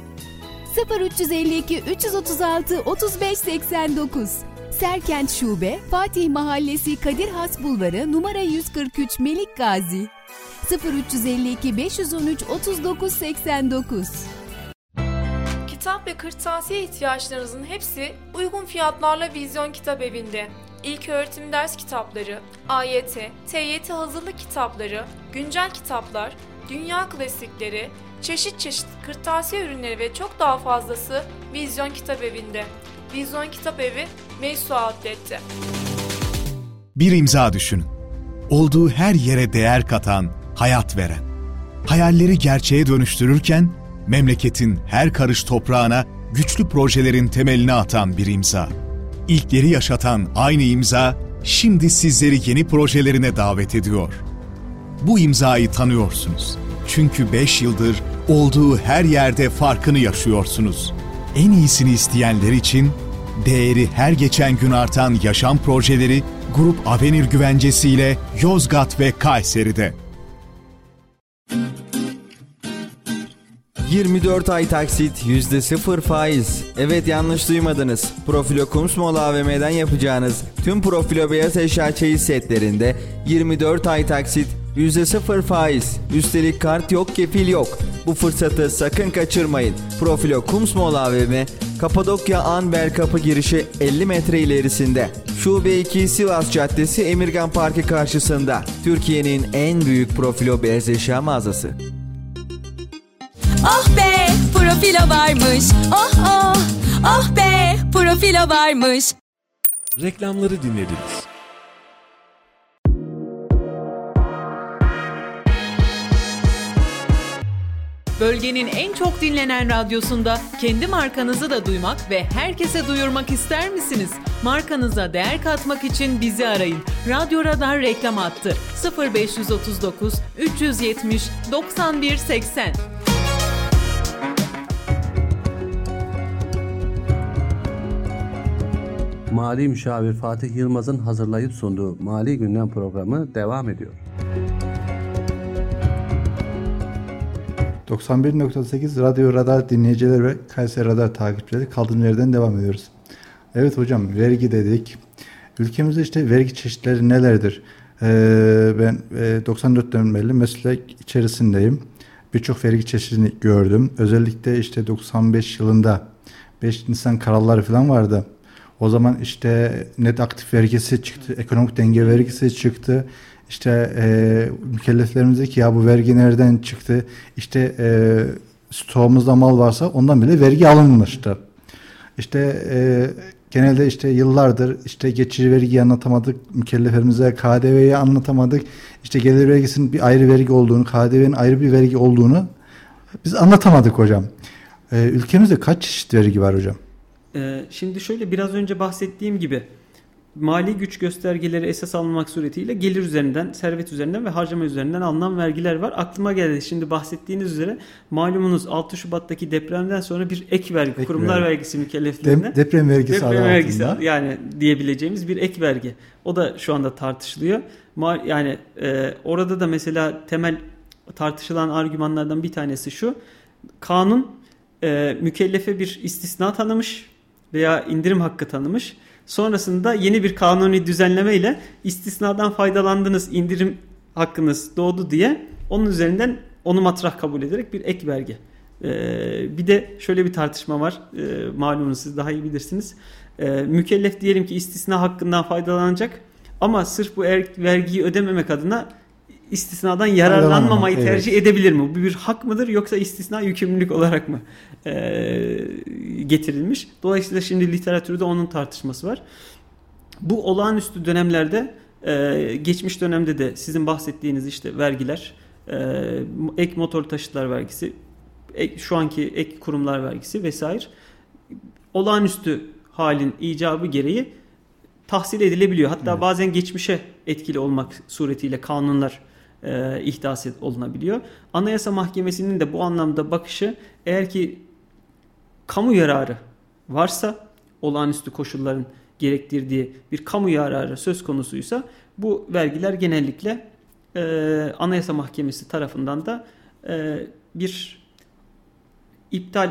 S7: 0352 336 35 89. Serkent Şube Fatih Mahallesi Kadir Has Bulvarı numara 143 Melik Gazi. 0352 513 39 89.
S9: Kitap ve kırtasiye ihtiyaçlarınızın hepsi uygun fiyatlarla Vizyon Kitabevi'nde. İlköğretim ders kitapları, AYT, TYT hazırlık kitapları, güncel kitaplar, dünya klasikleri, çeşit çeşit kırtasiye ürünleri ve çok daha fazlası Vizyon Kitabevi'nde. Vizyon Kitabevi, Meysu Outlet'te.
S4: Bir imza düşünün. Olduğu her yere değer katan, hayat veren. Hayalleri gerçeğe dönüştürürken, memleketin her karış toprağına güçlü projelerin temelini atan bir imza. İlkleri yaşatan aynı imza, şimdi sizleri yeni projelerine davet ediyor. Bu imzayı tanıyorsunuz. Çünkü 5 yıldır olduğu her yerde farkını yaşıyorsunuz. En iyisini isteyenler için değeri her geçen gün artan yaşam projeleri Grup Avenir güvencesiyle Yozgat ve Kayseri'de.
S10: 24 ay taksit, %0 faiz. Evet, yanlış duymadınız. Profilo Kumsmola AVM'den yapacağınız tüm Profilo beyaz eşya çeyiz setlerinde 24 ay taksit, %0 faiz. Üstelik kart yok, kefil yok. Bu fırsatı sakın kaçırmayın. Profilo Kumsmola AVM, Kapadokya Anber Kapı girişi 50 metre ilerisinde. Şube 2 Sivas Caddesi Emirgan Parkı karşısında. Türkiye'nin en büyük Profilo beyaz eşya mağazası.
S11: Oh be, Profilo varmış. Oh oh, oh be, Profilo varmış.
S12: Reklamları dinlediniz.
S6: Bölgenin en çok dinlenen radyosunda kendi markanızı da duymak ve herkese duyurmak ister misiniz? Markanıza değer katmak için bizi arayın. Radyo Radar reklam hattı 0539 370 91 80.
S1: Mali Müşavir Fatih Yılmaz'ın hazırlayıp sunduğu Mali Gündem programı devam ediyor.
S2: 91.8 Radyo Radar dinleyicileri ve Kayseri Radar takipçileri kaldığımız yerden devam ediyoruz. Evet hocam, vergi dedik. Ülkemizde işte vergi çeşitleri nelerdir? Ben 94'ten beri meslek içerisindeyim. Birçok vergi çeşidini gördüm. Özellikle işte 95 yılında 5 Nisan kararları falan vardı. O zaman işte net aktif vergisi çıktı, ekonomik denge vergisi çıktı. İşte mükelleflerimizdeki ya bu vergi nereden çıktı? İşte stoğumuzda mal varsa ondan bile vergi alınmıştı. İşte genelde işte yıllardır işte geçici vergiyi anlatamadık, mükelleflerimize KDV'yi anlatamadık. İşte gelir vergisinin bir ayrı vergi olduğunu, KDV'nin ayrı bir vergi olduğunu biz anlatamadık hocam. Ülkemizde kaç çeşit vergi var hocam?
S3: Şimdi şöyle, biraz önce bahsettiğim gibi mali güç göstergeleri esas alınmak suretiyle gelir üzerinden, servet üzerinden ve harcama üzerinden alınan vergiler var. Aklıma geldi, şimdi bahsettiğiniz üzere malumunuz 6 Şubat'taki depremden sonra bir ek vergi, kurumlar vergisi mükelleflerine.
S2: Deprem vergisi
S3: yani diyebileceğimiz bir ek vergi. O da şu anda tartışılıyor. Yani orada da mesela temel tartışılan argümanlardan bir tanesi şu: kanun mükellefe bir istisna tanımış veya indirim hakkı tanımış. Sonrasında yeni bir kanuni düzenleme ile istisnadan faydalandınız, indirim hakkınız doğdu diye onun üzerinden onu matrah kabul ederek bir ek vergi. Bir de şöyle bir tartışma var. Malumunuz, siz daha iyi bilirsiniz. Mükellef diyelim ki istisna hakkından faydalanacak ama sırf bu vergiyi ödememek adına istisnadan yararlanmamayı tercih edebilir mi? Bu bir hak mıdır, yoksa istisna yükümlülük olarak mı getirilmiş? Dolayısıyla şimdi literatürde onun tartışması var. Bu olağanüstü dönemlerde, geçmiş dönemde de sizin bahsettiğiniz işte vergiler, ek motor taşıtlar vergisi, şu anki ek kurumlar vergisi vesaire, olağanüstü halin icabı gereği tahsil edilebiliyor. Hatta bazen geçmişe etkili olmak suretiyle kanunlar ihdas olunabiliyor. Anayasa Mahkemesi'nin de bu anlamda bakışı, eğer ki kamu yararı varsa, olağanüstü koşulların gerektirdiği bir kamu yararı söz konusuysa, bu vergiler genellikle Anayasa Mahkemesi tarafından da bir iptal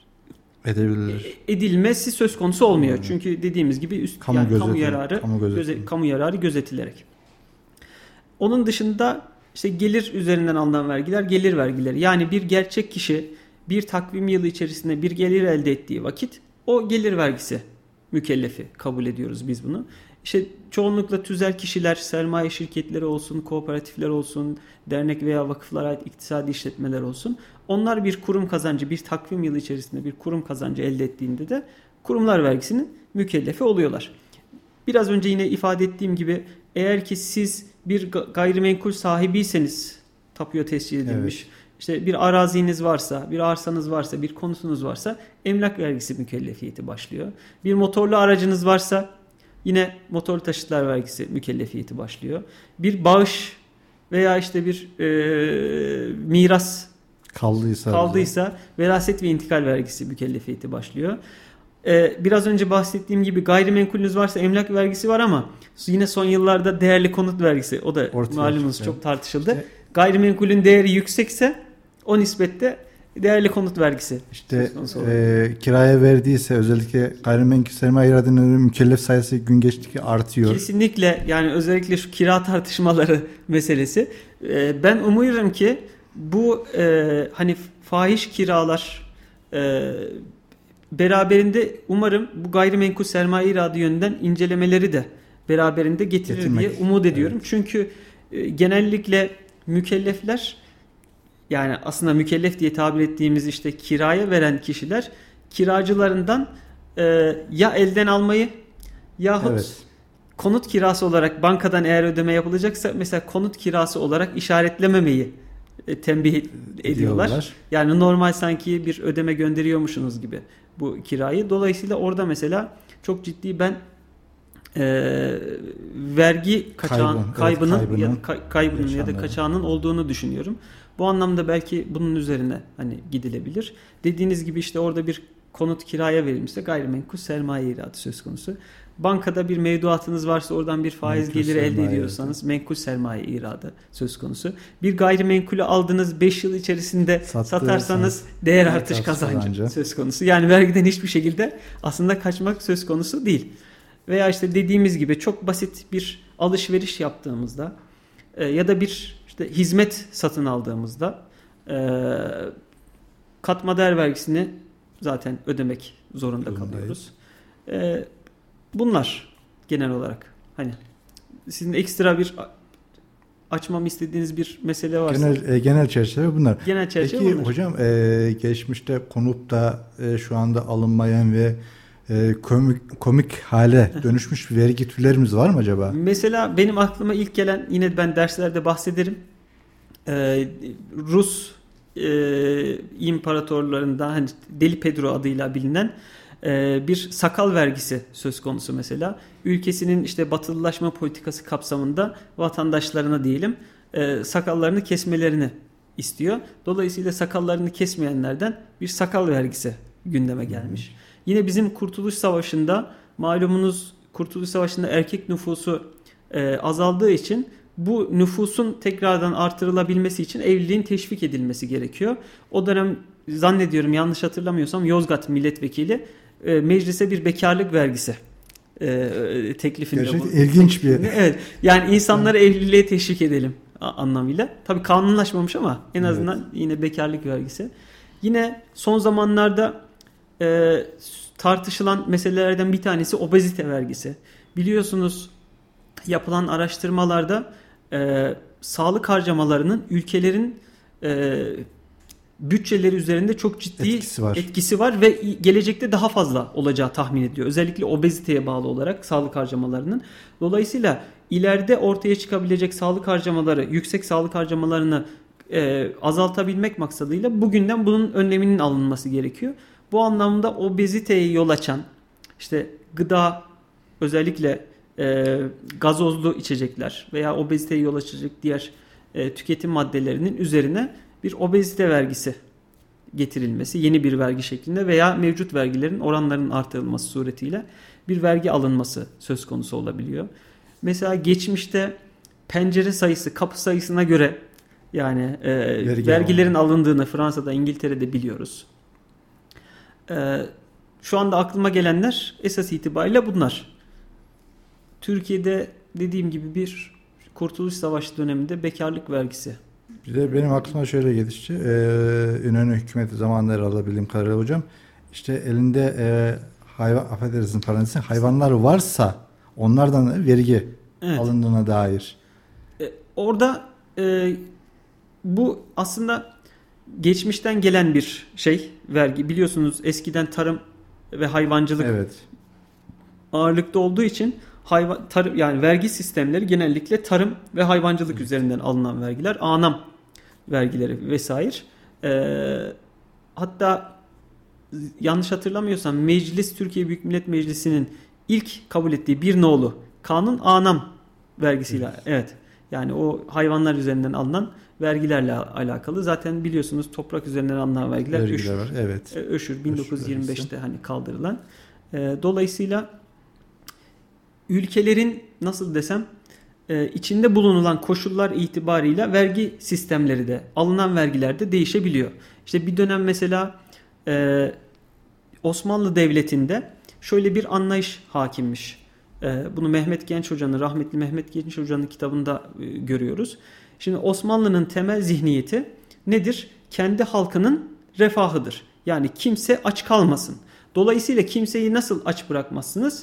S3: edilmesi söz konusu olmuyor. Çünkü dediğimiz gibi kamu yararı gözetilerek. Onun dışında işte gelir üzerinden alınan vergiler, gelir vergileri. Yani bir gerçek kişi bir takvim yılı içerisinde bir gelir elde ettiği vakit o gelir vergisi mükellefi kabul ediyoruz biz bunu. İşte çoğunlukla tüzel kişiler, sermaye şirketleri olsun, kooperatifler olsun, dernek veya vakıflara ait iktisadi işletmeler olsun. Onlar bir kurum kazancı, bir takvim yılı içerisinde bir kurum kazancı elde ettiğinde de kurumlar vergisinin mükellefi oluyorlar. Biraz önce yine ifade ettiğim gibi, eğer ki siz bir gayrimenkul sahibiyseniz, tapuya tescil edilmiş, işte bir araziniz varsa, bir arsanız varsa, bir konusunuz varsa emlak vergisi mükellefiyeti başlıyor. Bir motorlu aracınız varsa yine motorlu taşıtlar vergisi mükellefiyeti başlıyor. Bir bağış veya işte bir miras kaldıysa veraset ve intikal vergisi mükellefiyeti başlıyor. Biraz önce bahsettiğim gibi gayrimenkulünüz varsa emlak vergisi var ama yine son yıllarda değerli konut vergisi, o da malumunuz çok tartışıldı. İşte, gayrimenkulün değeri yüksekse o nispette değerli konut vergisi.
S2: İşte kiraya verdiyse özellikle gayrimenkul sermaye iradının mükellef sayısı gün geçtikçe artıyor.
S3: Kesinlikle, yani özellikle şu kira tartışmaları meselesi. Ben umuyorum ki bu hani fahiş kiralar beraberinde umarım bu gayrimenkul sermaye iradı yönünden incelemeleri de beraberinde getirir diye umut ediyorum. Evet. Çünkü genellikle mükellefler, yani aslında mükellef diye tabir ettiğimiz işte kiraya veren kişiler kiracılarından ya elden almayı yahut konut kirası olarak bankadan eğer ödeme yapılacaksa mesela konut kirası olarak işaretlememeyi tembih ediyorlar. Yani normal sanki bir ödeme gönderiyormuşsunuz gibi bu kirayı. Dolayısıyla orada mesela çok ciddi ben vergi kaybının ya da kaçağının olduğunu düşünüyorum. Bu anlamda belki bunun üzerine hani gidilebilir. Dediğiniz gibi işte orada bir konut kiraya verilmişse gayrimenkul sermaye iradı söz konusu. Bankada bir mevduatınız varsa oradan bir faiz geliri elde ediyorsanız menkul sermaye iradı söz konusu. Bir gayrimenkulü aldınız 5 yıl içerisinde satarsanız değer artış kazancı söz konusu. Yani vergiden hiçbir şekilde aslında kaçmak söz konusu değil. Veya işte dediğimiz gibi çok basit bir alışveriş yaptığımızda ya da bir işte hizmet satın aldığımızda katma değer vergisini zaten ödemek zorunda kalıyoruz. Bunlar genel olarak hani sizin ekstra bir açmamı istediğiniz bir mesele varsa.
S2: Genel çerçeve bunlar.
S3: Genel çerçeve
S2: Peki
S3: bunlar.
S2: Hocam geçmişte konutta şu anda alınmayan ve komik hale dönüşmüş vergi türlerimiz var mı acaba?
S3: Mesela benim aklıma ilk gelen, yine ben derslerde bahsederim. Rus imparatorlarında hani Deli Pedro adıyla bilinen bir sakal vergisi söz konusu mesela. Ülkesinin işte batılılaşma politikası kapsamında vatandaşlarına diyelim sakallarını kesmelerini istiyor. Dolayısıyla sakallarını kesmeyenlerden bir sakal vergisi gündeme gelmiş. Yine bizim Kurtuluş Savaşı'nda malumunuz Kurtuluş Savaşı'nda erkek nüfusu azaldığı için bu nüfusun tekrardan artırılabilmesi için evliliğin teşvik edilmesi gerekiyor. O dönem zannediyorum yanlış hatırlamıyorsam Yozgat milletvekili meclise bir bekarlık vergisi teklifinde bulundu.
S2: Gerçekten ilginç bir.
S3: Evet. Yani insanları evliliğe teşvik edelim anlamıyla. Tabii kanunlaşmamış ama en azından yine bekarlık vergisi. Yine son zamanlarda tartışılan meselelerden bir tanesi obezite vergisi. Biliyorsunuz yapılan araştırmalarda sağlık harcamalarının ülkelerin bütçeleri üzerinde çok ciddi etkisi var ve gelecekte daha fazla olacağı tahmin ediliyor. Özellikle obeziteye bağlı olarak sağlık harcamalarının. Dolayısıyla ileride ortaya çıkabilecek sağlık harcamaları, yüksek sağlık harcamalarını azaltabilmek maksadıyla bugünden bunun önleminin alınması gerekiyor. Bu anlamda obeziteye yol açan işte gıda, özellikle gazozlu içecekler veya obeziteye yol açacak diğer tüketim maddelerinin üzerine bir obezite vergisi getirilmesi, yeni bir vergi şeklinde veya mevcut vergilerin oranlarının artırılması suretiyle bir vergi alınması söz konusu olabiliyor. Mesela geçmişte pencere sayısı, kapı sayısına göre yani vergilerin alındığını Fransa'da, İngiltere'de biliyoruz. Şu anda aklıma gelenler esas itibariyle bunlar. Türkiye'de dediğim gibi bir Kurtuluş Savaşı döneminde bekarlık vergisi.
S2: Bir de benim aklıma şöyle gelişti. İnönü hükümeti zamanları alabildiğim kadarıyla hocam. İşte elinde affedersiniz parantezin hayvanlar varsa onlardan vergi alındığına dair.
S3: Orada bu aslında geçmişten gelen bir vergi. Biliyorsunuz eskiden tarım ve hayvancılık ağırlıkta olduğu için yani vergi sistemleri genellikle tarım ve hayvancılık üzerinden alınan vergiler, anam vergileri vesaire. Hatta yanlış hatırlamıyorsam Türkiye Büyük Millet Meclisi'nin ilk kabul ettiği bir nolu kanun anam vergisiyle Yani o hayvanlar üzerinden alınan vergilerle alakalı. Zaten biliyorsunuz toprak üzerinden alınan vergiler
S2: Vergiler var. Evet.
S3: Öşür 1925'te hani kaldırılan. Dolayısıyla ülkelerin nasıl desem içinde bulunulan koşullar itibarıyla vergi sistemleri de, alınan vergiler de değişebiliyor. İşte bir dönem mesela Osmanlı Devleti'nde şöyle bir anlayış hakimmiş. Bunu Mehmet Genç Hoca'nın, rahmetli Mehmet Genç Hoca'nın kitabında görüyoruz. Şimdi Osmanlı'nın temel zihniyeti nedir? Kendi halkının refahıdır. Yani kimse aç kalmasın. Dolayısıyla kimseyi nasıl aç bırakmazsınız?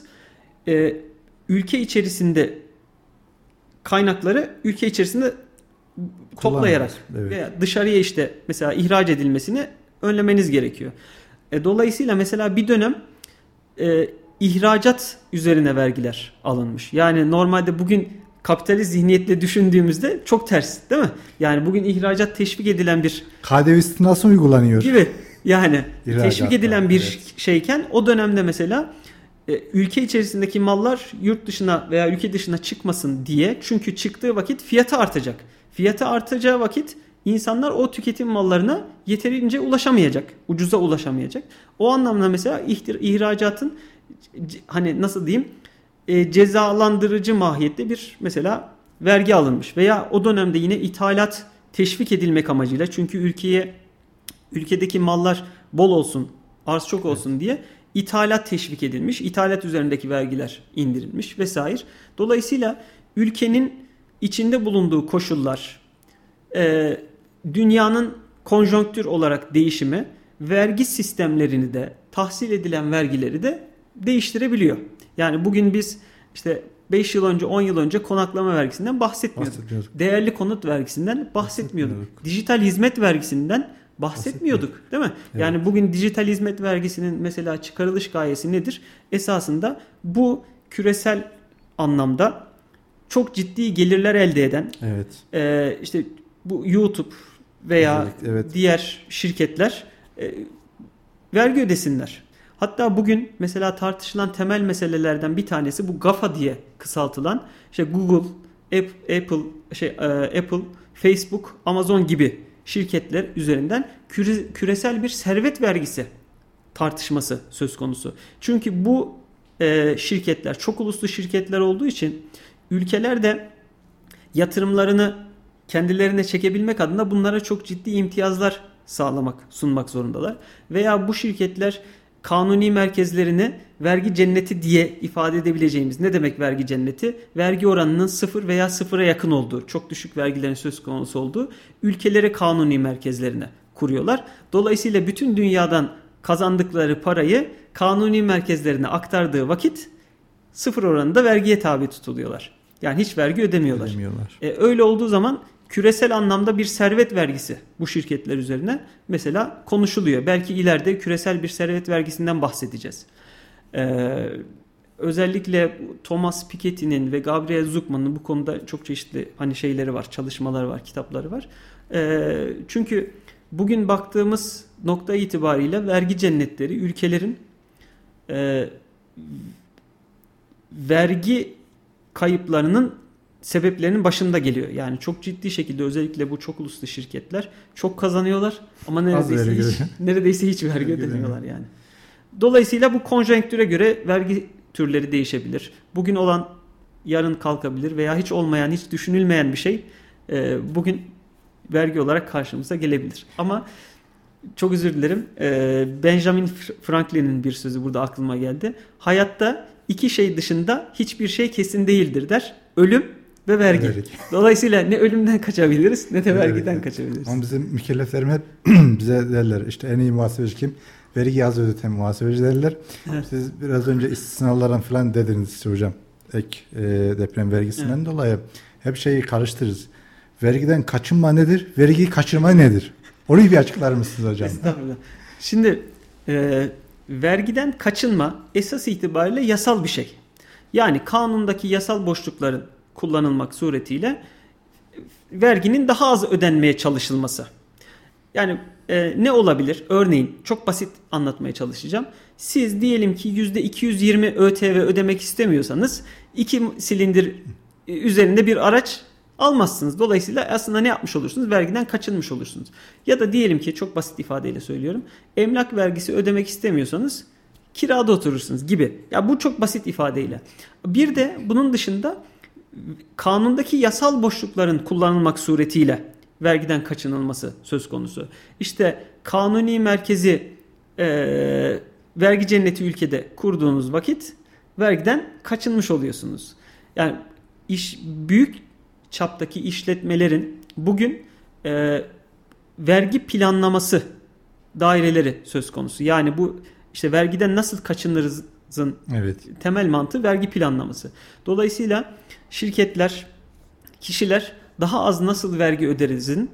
S3: Ülke içerisinde kaynakları ülke içerisinde toplayarak veya dışarıya işte mesela ihraç edilmesini önlemeniz gerekiyor. Dolayısıyla mesela bir dönem ihracat üzerine vergiler alınmış. Yani normalde bugün kapitalist zihniyetle düşündüğümüzde çok ters, değil mi? Yani bugün ihracat teşvik edilen bir
S2: KDV'si nasıl uygulanıyor
S3: gibi. Yani teşvik edilen bir şeyken o dönemde mesela ülke içerisindeki mallar yurt dışına veya ülke dışına çıkmasın diye, çünkü çıktığı vakit fiyatı artacak. Fiyatı artacağı vakit insanlar o tüketim mallarına yeterince ulaşamayacak. Ucuza ulaşamayacak. O anlamda mesela ihracatın hani nasıl diyeyim cezalandırıcı mahiyette bir mesela vergi alınmış. Veya o dönemde yine ithalat teşvik edilmek amacıyla, çünkü ülkedeki mallar bol olsun, arz çok olsun diye ithalat teşvik edilmiş. İthalat üzerindeki vergiler indirilmiş vesaire. Dolayısıyla ülkenin içinde bulunduğu koşullar, dünyanın konjonktür olarak değişimi, vergi sistemlerini de, tahsil edilen vergileri de değiştirebiliyor. Yani bugün biz işte 5 yıl önce, 10 yıl önce konaklama vergisinden bahsetmiyorduk. Değerli konut vergisinden bahsetmiyorduk. Dijital hizmet vergisinden bahsetmiyorduk, değil mi? Evet. Yani bugün dijital hizmet vergisinin mesela çıkarılış gayesi nedir? Esasında bu küresel anlamda çok ciddi gelirler elde eden, işte bu YouTube veya diğer şirketler vergi ödesinler. Hatta bugün mesela tartışılan temel meselelerden bir tanesi bu GAFA diye kısaltılan işte Google, Apple, Facebook, Amazon gibi şirketler üzerinden küresel bir servet vergisi tartışması söz konusu. Çünkü bu şirketler çok uluslu şirketler olduğu için ülkelerde yatırımlarını kendilerine çekebilmek adına bunlara çok ciddi imtiyazlar sunmak zorundalar. Veya bu şirketler kanuni merkezlerini vergi cenneti diye ifade edebileceğimiz, ne demek vergi cenneti? Vergi oranının 0 veya 0'a yakın olduğu, çok düşük vergilerin söz konusu olduğu ülkelere kanuni merkezlerine kuruyorlar. Dolayısıyla bütün dünyadan kazandıkları parayı kanuni merkezlerine aktardığı vakit 0 oranında vergiye tabi tutuluyorlar. Yani hiç vergi ödemiyorlar. Öyle olduğu zaman küresel anlamda bir servet vergisi bu şirketler üzerine mesela konuşuluyor. Belki ileride küresel bir servet vergisinden bahsedeceğiz. Özellikle Thomas Piketty'nin ve Gabriel Zuckman'ın bu konuda çok çeşitli hani şeyleri var, çalışmaları var, kitapları var. Çünkü bugün baktığımız nokta itibariyle vergi cennetleri ülkelerin vergi kayıplarının sebeplerinin başında geliyor. Yani çok ciddi şekilde özellikle bu çok uluslu şirketler çok kazanıyorlar ama neredeyse hiç vergi ödemiyorlar yani. Dolayısıyla bu konjonktüre göre vergi türleri değişebilir. Bugün olan yarın kalkabilir veya hiç olmayan, hiç düşünülmeyen bir şey bugün vergi olarak karşımıza gelebilir. Ama çok özür dilerim. Benjamin Franklin'in bir sözü burada aklıma geldi. Hayatta iki şey dışında hiçbir şey kesin değildir der. Ölüm ve vergi. Dolayısıyla ne ölümden kaçabiliriz ne de vergiden kaçabiliriz.
S2: Ama bizim mükelleflerim hep bize derler işte en iyi muhasebeci kim? Vergi az ödeten muhasebeci derler. Evet. Siz biraz önce istisnalardan falan dediniz işte hocam. Ek deprem vergisinden dolayı hep şeyi karıştırırız. Vergiden kaçınma nedir? Vergiyi kaçırma nedir? Onu bir açıklar mısınız hocam?
S3: Estağfurullah. Şimdi vergiden kaçınma esas itibariyle yasal bir şey. Yani kanundaki yasal boşlukların kullanılmak suretiyle verginin daha az ödenmeye çalışılması. Yani ne olabilir? Örneğin çok basit anlatmaya çalışacağım. Siz diyelim ki %220 ÖTV ödemek istemiyorsanız 2 silindir üzerinde bir araç Almazsınız. Dolayısıyla aslında ne yapmış olursunuz? Vergiden kaçınmış olursunuz. Ya da diyelim ki çok basit ifadeyle söylüyorum. Emlak vergisi ödemek istemiyorsanız kirada oturursunuz gibi. Ya bu çok basit ifadeyle. Bir de bunun dışında kanundaki yasal boşlukların kullanılmak suretiyle vergiden kaçınılması söz konusu. İşte kanuni merkezi vergi cenneti ülkede kurduğunuz vakit vergiden kaçınmış oluyorsunuz. Yani büyük çaptaki işletmelerin bugün vergi planlaması daireleri söz konusu. Yani bu işte vergiden nasıl kaçınırızın temel mantığı vergi planlaması. Dolayısıyla şirketler, kişiler daha az nasıl vergi öderizin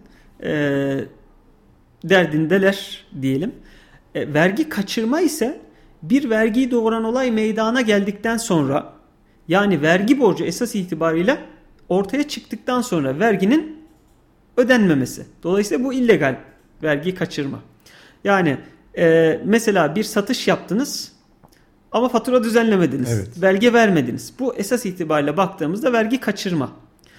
S3: derdindeler diyelim. Vergi kaçırma ise bir vergiyi doğuran olay meydana geldikten sonra, yani vergi borcu esas itibariyle ortaya çıktıktan sonra verginin ödenmemesi. Dolayısıyla bu illegal vergi kaçırma. Yani mesela bir satış yaptınız ama fatura düzenlemediniz.
S2: Evet.
S3: Belge vermediniz. Bu esas itibariyle baktığımızda vergi kaçırma.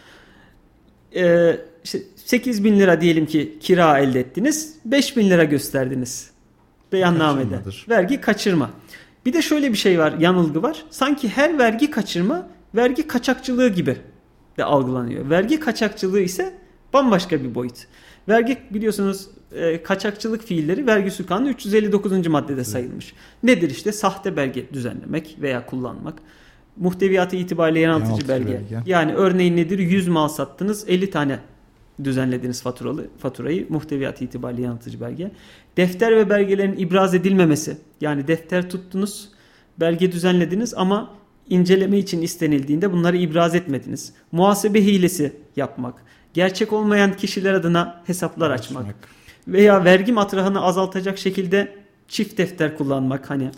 S3: İşte 8.000 lira diyelim ki kira elde ettiniz. 5.000 lira gösterdiniz beyannamede. Vergi kaçırma. Bir de şöyle bir şey var, yanılgı var. Sanki her vergi kaçırma vergi kaçakçılığı gibi de algılanıyor. Vergi kaçakçılığı ise bambaşka bir boyut. Vergi biliyorsunuz kaçakçılık fiilleri vergi usul kanunu 359. maddede sayılmış. Nedir işte? Sahte belge düzenlemek veya kullanmak. Muhteviyatı itibariyle yanıltıcı belge. Yani örneğin nedir? 100 mal sattınız, 50 tane düzenlediniz faturayı. Muhteviyatı itibariyle yanıltıcı belge. Defter ve belgelerin ibraz edilmemesi. Yani defter tuttunuz, belge düzenlediniz ama inceleme için istenildiğinde bunları ibraz etmediniz. Muhasebe hilesi yapmak. Gerçek olmayan kişiler adına hesaplar açmak. Veya vergi matrahını azaltacak şekilde çift defter kullanmak. Hani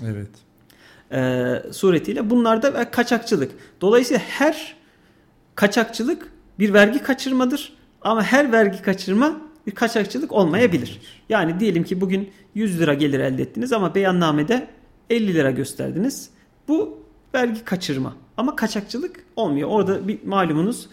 S3: suretiyle. Bunlar da kaçakçılık. Dolayısıyla her kaçakçılık bir vergi kaçırmadır. Ama her vergi kaçırma bir kaçakçılık olmayabilir. Yani diyelim ki bugün 100 lira gelir elde ettiniz ama beyannamede 50 lira gösterdiniz. Bu vergi kaçırma. Ama kaçakçılık olmuyor. Orada bir malumunuz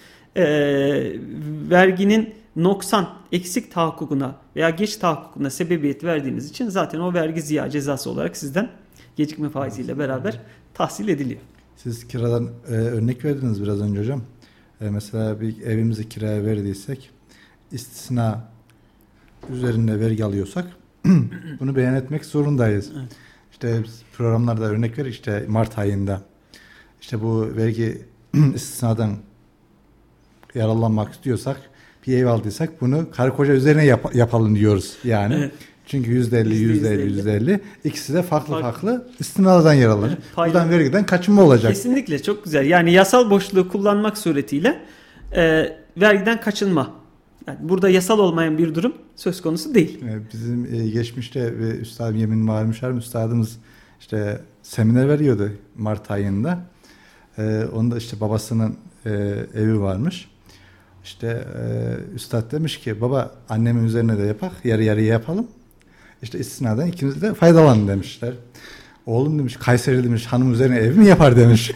S3: verginin noksan, eksik tahakkukuna veya geç tahakkukuna sebebiyet verdiğiniz için zaten o vergi ziya cezası olarak sizden gecikme faiziyle beraber tahsil ediliyor.
S2: Siz kiradan örnek verdiniz biraz önce hocam. Mesela bir evimizi kiraya verdiysek, istisna üzerinde vergi alıyorsak bunu beyan etmek zorundayız. Evet. İşte programlarda örnek ver, işte Mart ayında işte bu vergi istisnadan yararlanmak istiyorsak, bir ev aldıysak bunu karı koca üzerine yapalım diyoruz yani. Evet. Çünkü %50 ikisi de farklı istisnalardan yararlanır. Buradan vergiden kaçınma olacak.
S3: Kesinlikle, çok güzel. Yani yasal boşluğu kullanmak suretiyle vergiden kaçınma. Yani burada yasal olmayan bir durum söz konusu değil.
S2: Bizim geçmişte Üstadım Yemin Mali Müşavir Üstadımız işte seminer veriyordu Mart ayında. Onda işte babasının evi varmış. İşte üstad demiş ki baba annemin üzerine de yapak, yarı yarıya yapalım. İşte istisnadan ikimiz de faydalanın demişler. Oğlum demiş Kayseri demiş hanım üzerine ev mi yapar demiş.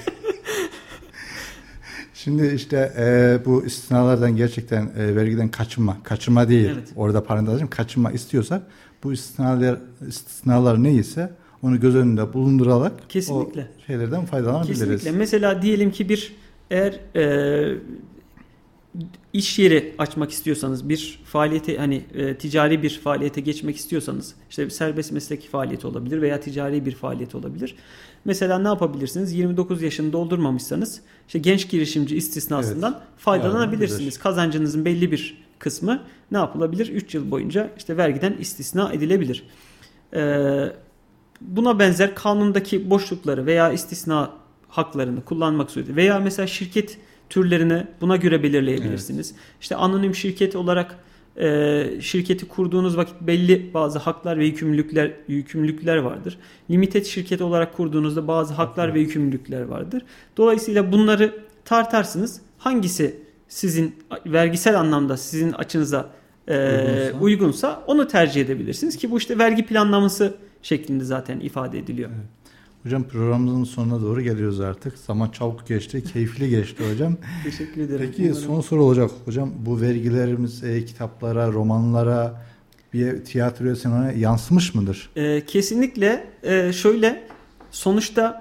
S2: Şimdi işte bu istisnalardan gerçekten vergiden kaçınma değil. Evet. Orada parantez kaçınma istiyorsak bu istisnalar neyse onu göz önünde bulundurarak
S3: kesinlikle
S2: o şeylerden faydalanabiliriz.
S3: Kesinlikle. Mesela diyelim ki eğer iş yeri açmak istiyorsanız, bir faaliyete ticari bir faaliyete geçmek istiyorsanız, işte bir serbest mesleki faaliyet olabilir veya ticari bir faaliyet olabilir. Mesela ne yapabilirsiniz? 29 yaşını doldurmamışsanız işte genç girişimci istisnasından faydalanabilirsiniz. Kazancınızın belli bir kısmı ne yapılabilir? 3 yıl boyunca işte vergiden istisna edilebilir. Buna benzer kanundaki boşlukları veya istisna haklarını kullanmak suretiyle veya mesela şirket türlerini buna göre belirleyebilirsiniz. Evet. İşte anonim şirket olarak şirketi kurduğunuz vakit belli bazı haklar ve yükümlülükler vardır. Limited şirket olarak kurduğunuzda bazı haklar ve yükümlülükler vardır. Dolayısıyla bunları tartarsınız. Hangisi sizin vergisel anlamda sizin açınıza uygunsa onu tercih edebilirsiniz ki bu işte vergi planlaması şeklinde zaten ifade ediliyor.
S2: Evet. Hocam programımızın sonuna doğru geliyoruz artık. Zaman çabuk geçti, keyifli geçti hocam.
S3: Teşekkür ederim.
S2: Peki son soru olacak hocam. Bu vergilerimiz kitaplara, romanlara, bir tiyatro eserine yansımış mıdır?
S3: Kesinlikle şöyle, sonuçta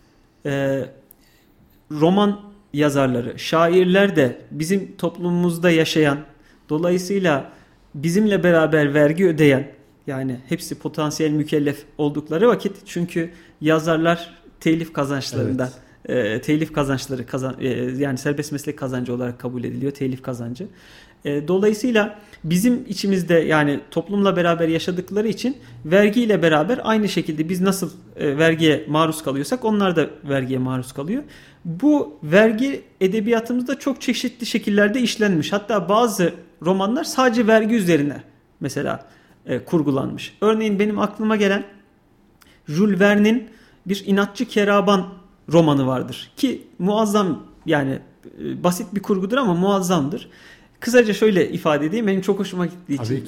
S3: roman yazarları, şairler de bizim toplumumuzda yaşayan, dolayısıyla bizimle beraber vergi ödeyen, yani hepsi potansiyel mükellef oldukları vakit, çünkü yazarlar telif kazançlarından, telif kazançları yani serbest meslek kazancı olarak kabul ediliyor, telif kazancı. Dolayısıyla bizim içimizde, yani toplumla beraber yaşadıkları için vergiyle beraber aynı şekilde biz nasıl vergiye maruz kalıyorsak onlar da vergiye maruz kalıyor. Bu vergi edebiyatımızda çok çeşitli şekillerde işlenmiş. Hatta bazı romanlar sadece vergi üzerine mesela kurgulanmış. Örneğin benim aklıma gelen Jules Verne'in bir İnatçı Keraban romanı vardır. Ki muazzam, yani basit bir kurgudur ama muazzamdır. Kısaca şöyle ifade edeyim, benim çok hoşuma gittiği için.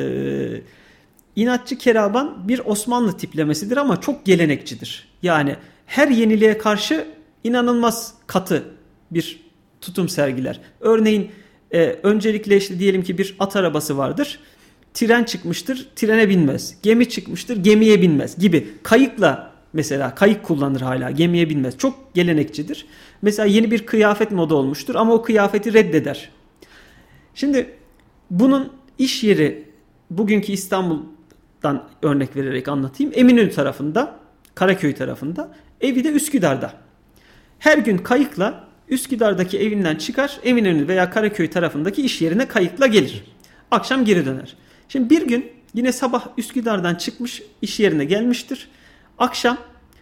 S3: İnatçı Keraban bir Osmanlı tiplemesidir ama çok gelenekçidir. Yani her yeniliğe karşı inanılmaz katı bir tutum sergiler. Örneğin öncelikle işte diyelim ki bir at arabası vardır. Tren çıkmıştır, trene binmez. Gemi çıkmıştır, gemiye binmez gibi. Kayıkla mesela, kayık kullanır hala, gemiye binmez. Çok gelenekçidir. Mesela yeni bir kıyafet moda olmuştur ama o kıyafeti reddeder. Şimdi bunun iş yeri, bugünkü İstanbul'dan örnek vererek anlatayım. Eminönü tarafında, Karaköy tarafında, evi de Üsküdar'da. Her gün kayıkla Üsküdar'daki evinden çıkar, Eminönü veya Karaköy tarafındaki iş yerine kayıkla gelir. Akşam geri döner. Şimdi bir gün yine sabah Üsküdar'dan çıkmış, iş yerine gelmiştir. Akşam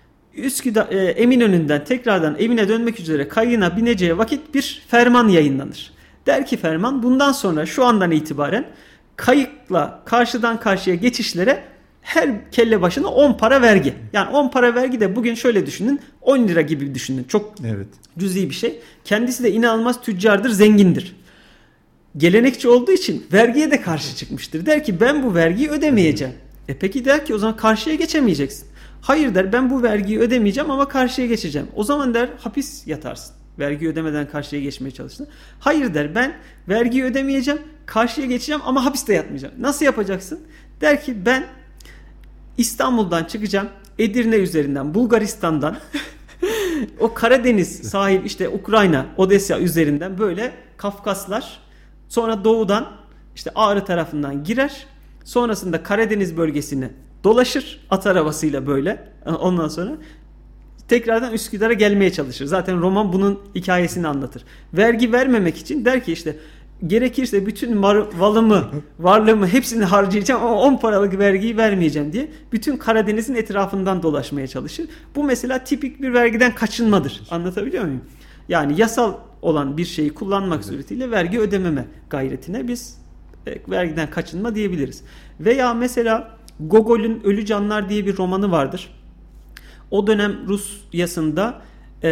S3: Eminönü'nden tekrardan evine dönmek üzere kayığına bineceği vakit bir ferman yayınlanır. Der ki ferman, bundan sonra şu andan itibaren kayıkla karşıdan karşıya geçişlere her kelle başına 10 para vergi. Yani 10 para vergi de bugün şöyle düşünün, 10 lira gibi düşünün. Çok cüzi bir şey. Kendisi de inanılmaz tüccardır, zengindir. Gelenekçi olduğu için vergiye de karşı çıkmıştır. Der ki ben bu vergiyi ödemeyeceğim. Peki der ki o zaman karşıya geçemeyeceksin. Hayır der, ben bu vergiyi ödemeyeceğim ama karşıya geçeceğim. O zaman der hapis yatarsın. Vergi ödemeden karşıya geçmeye çalıştın. Hayır der, ben vergiyi ödemeyeceğim, karşıya geçeceğim ama hapiste yatmayacağım. Nasıl yapacaksın? Der ki ben İstanbul'dan çıkacağım, Edirne üzerinden, Bulgaristan'dan o Karadeniz sahil, işte Ukrayna, Odessa üzerinden böyle Kafkaslar, sonra doğudan işte Ağrı tarafından girer. Sonrasında Karadeniz bölgesini dolaşır at arabasıyla böyle. Ondan sonra tekrardan Üsküdar'a gelmeye çalışır. Zaten roman bunun hikayesini anlatır. Vergi vermemek için der ki işte gerekirse bütün varlığımı hepsini harcayacağım ama 10 paralık vergiyi vermeyeceğim diye bütün Karadeniz'in etrafından dolaşmaya çalışır. Bu mesela tipik bir vergiden kaçınmadır. Anlatabiliyor muyum? Yani yasal olan bir şeyi kullanmak suretiyle vergi ödememe gayretine biz vergiden kaçınma diyebiliriz. Veya mesela Gogol'ün Ölü Canlar diye bir romanı vardır. O dönem Rusya'sında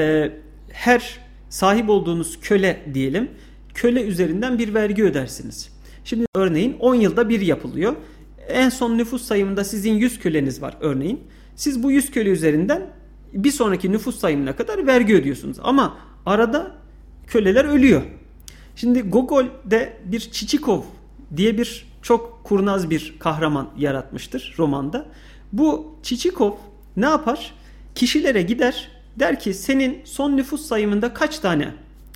S3: her sahip olduğunuz köle diyelim, köle üzerinden bir vergi ödersiniz. Şimdi örneğin 10 yılda bir yapılıyor. En son nüfus sayımında sizin 100 köleniz var örneğin. Siz bu 100 köle üzerinden bir sonraki nüfus sayımına kadar vergi ödüyorsunuz. Ama arada köleler ölüyor. Şimdi Gogol'de bir Çiçikov diye bir çok kurnaz bir kahraman yaratmıştır romanda. Bu Çiçikov ne yapar? Kişilere gider, der ki senin son nüfus sayımında kaç tane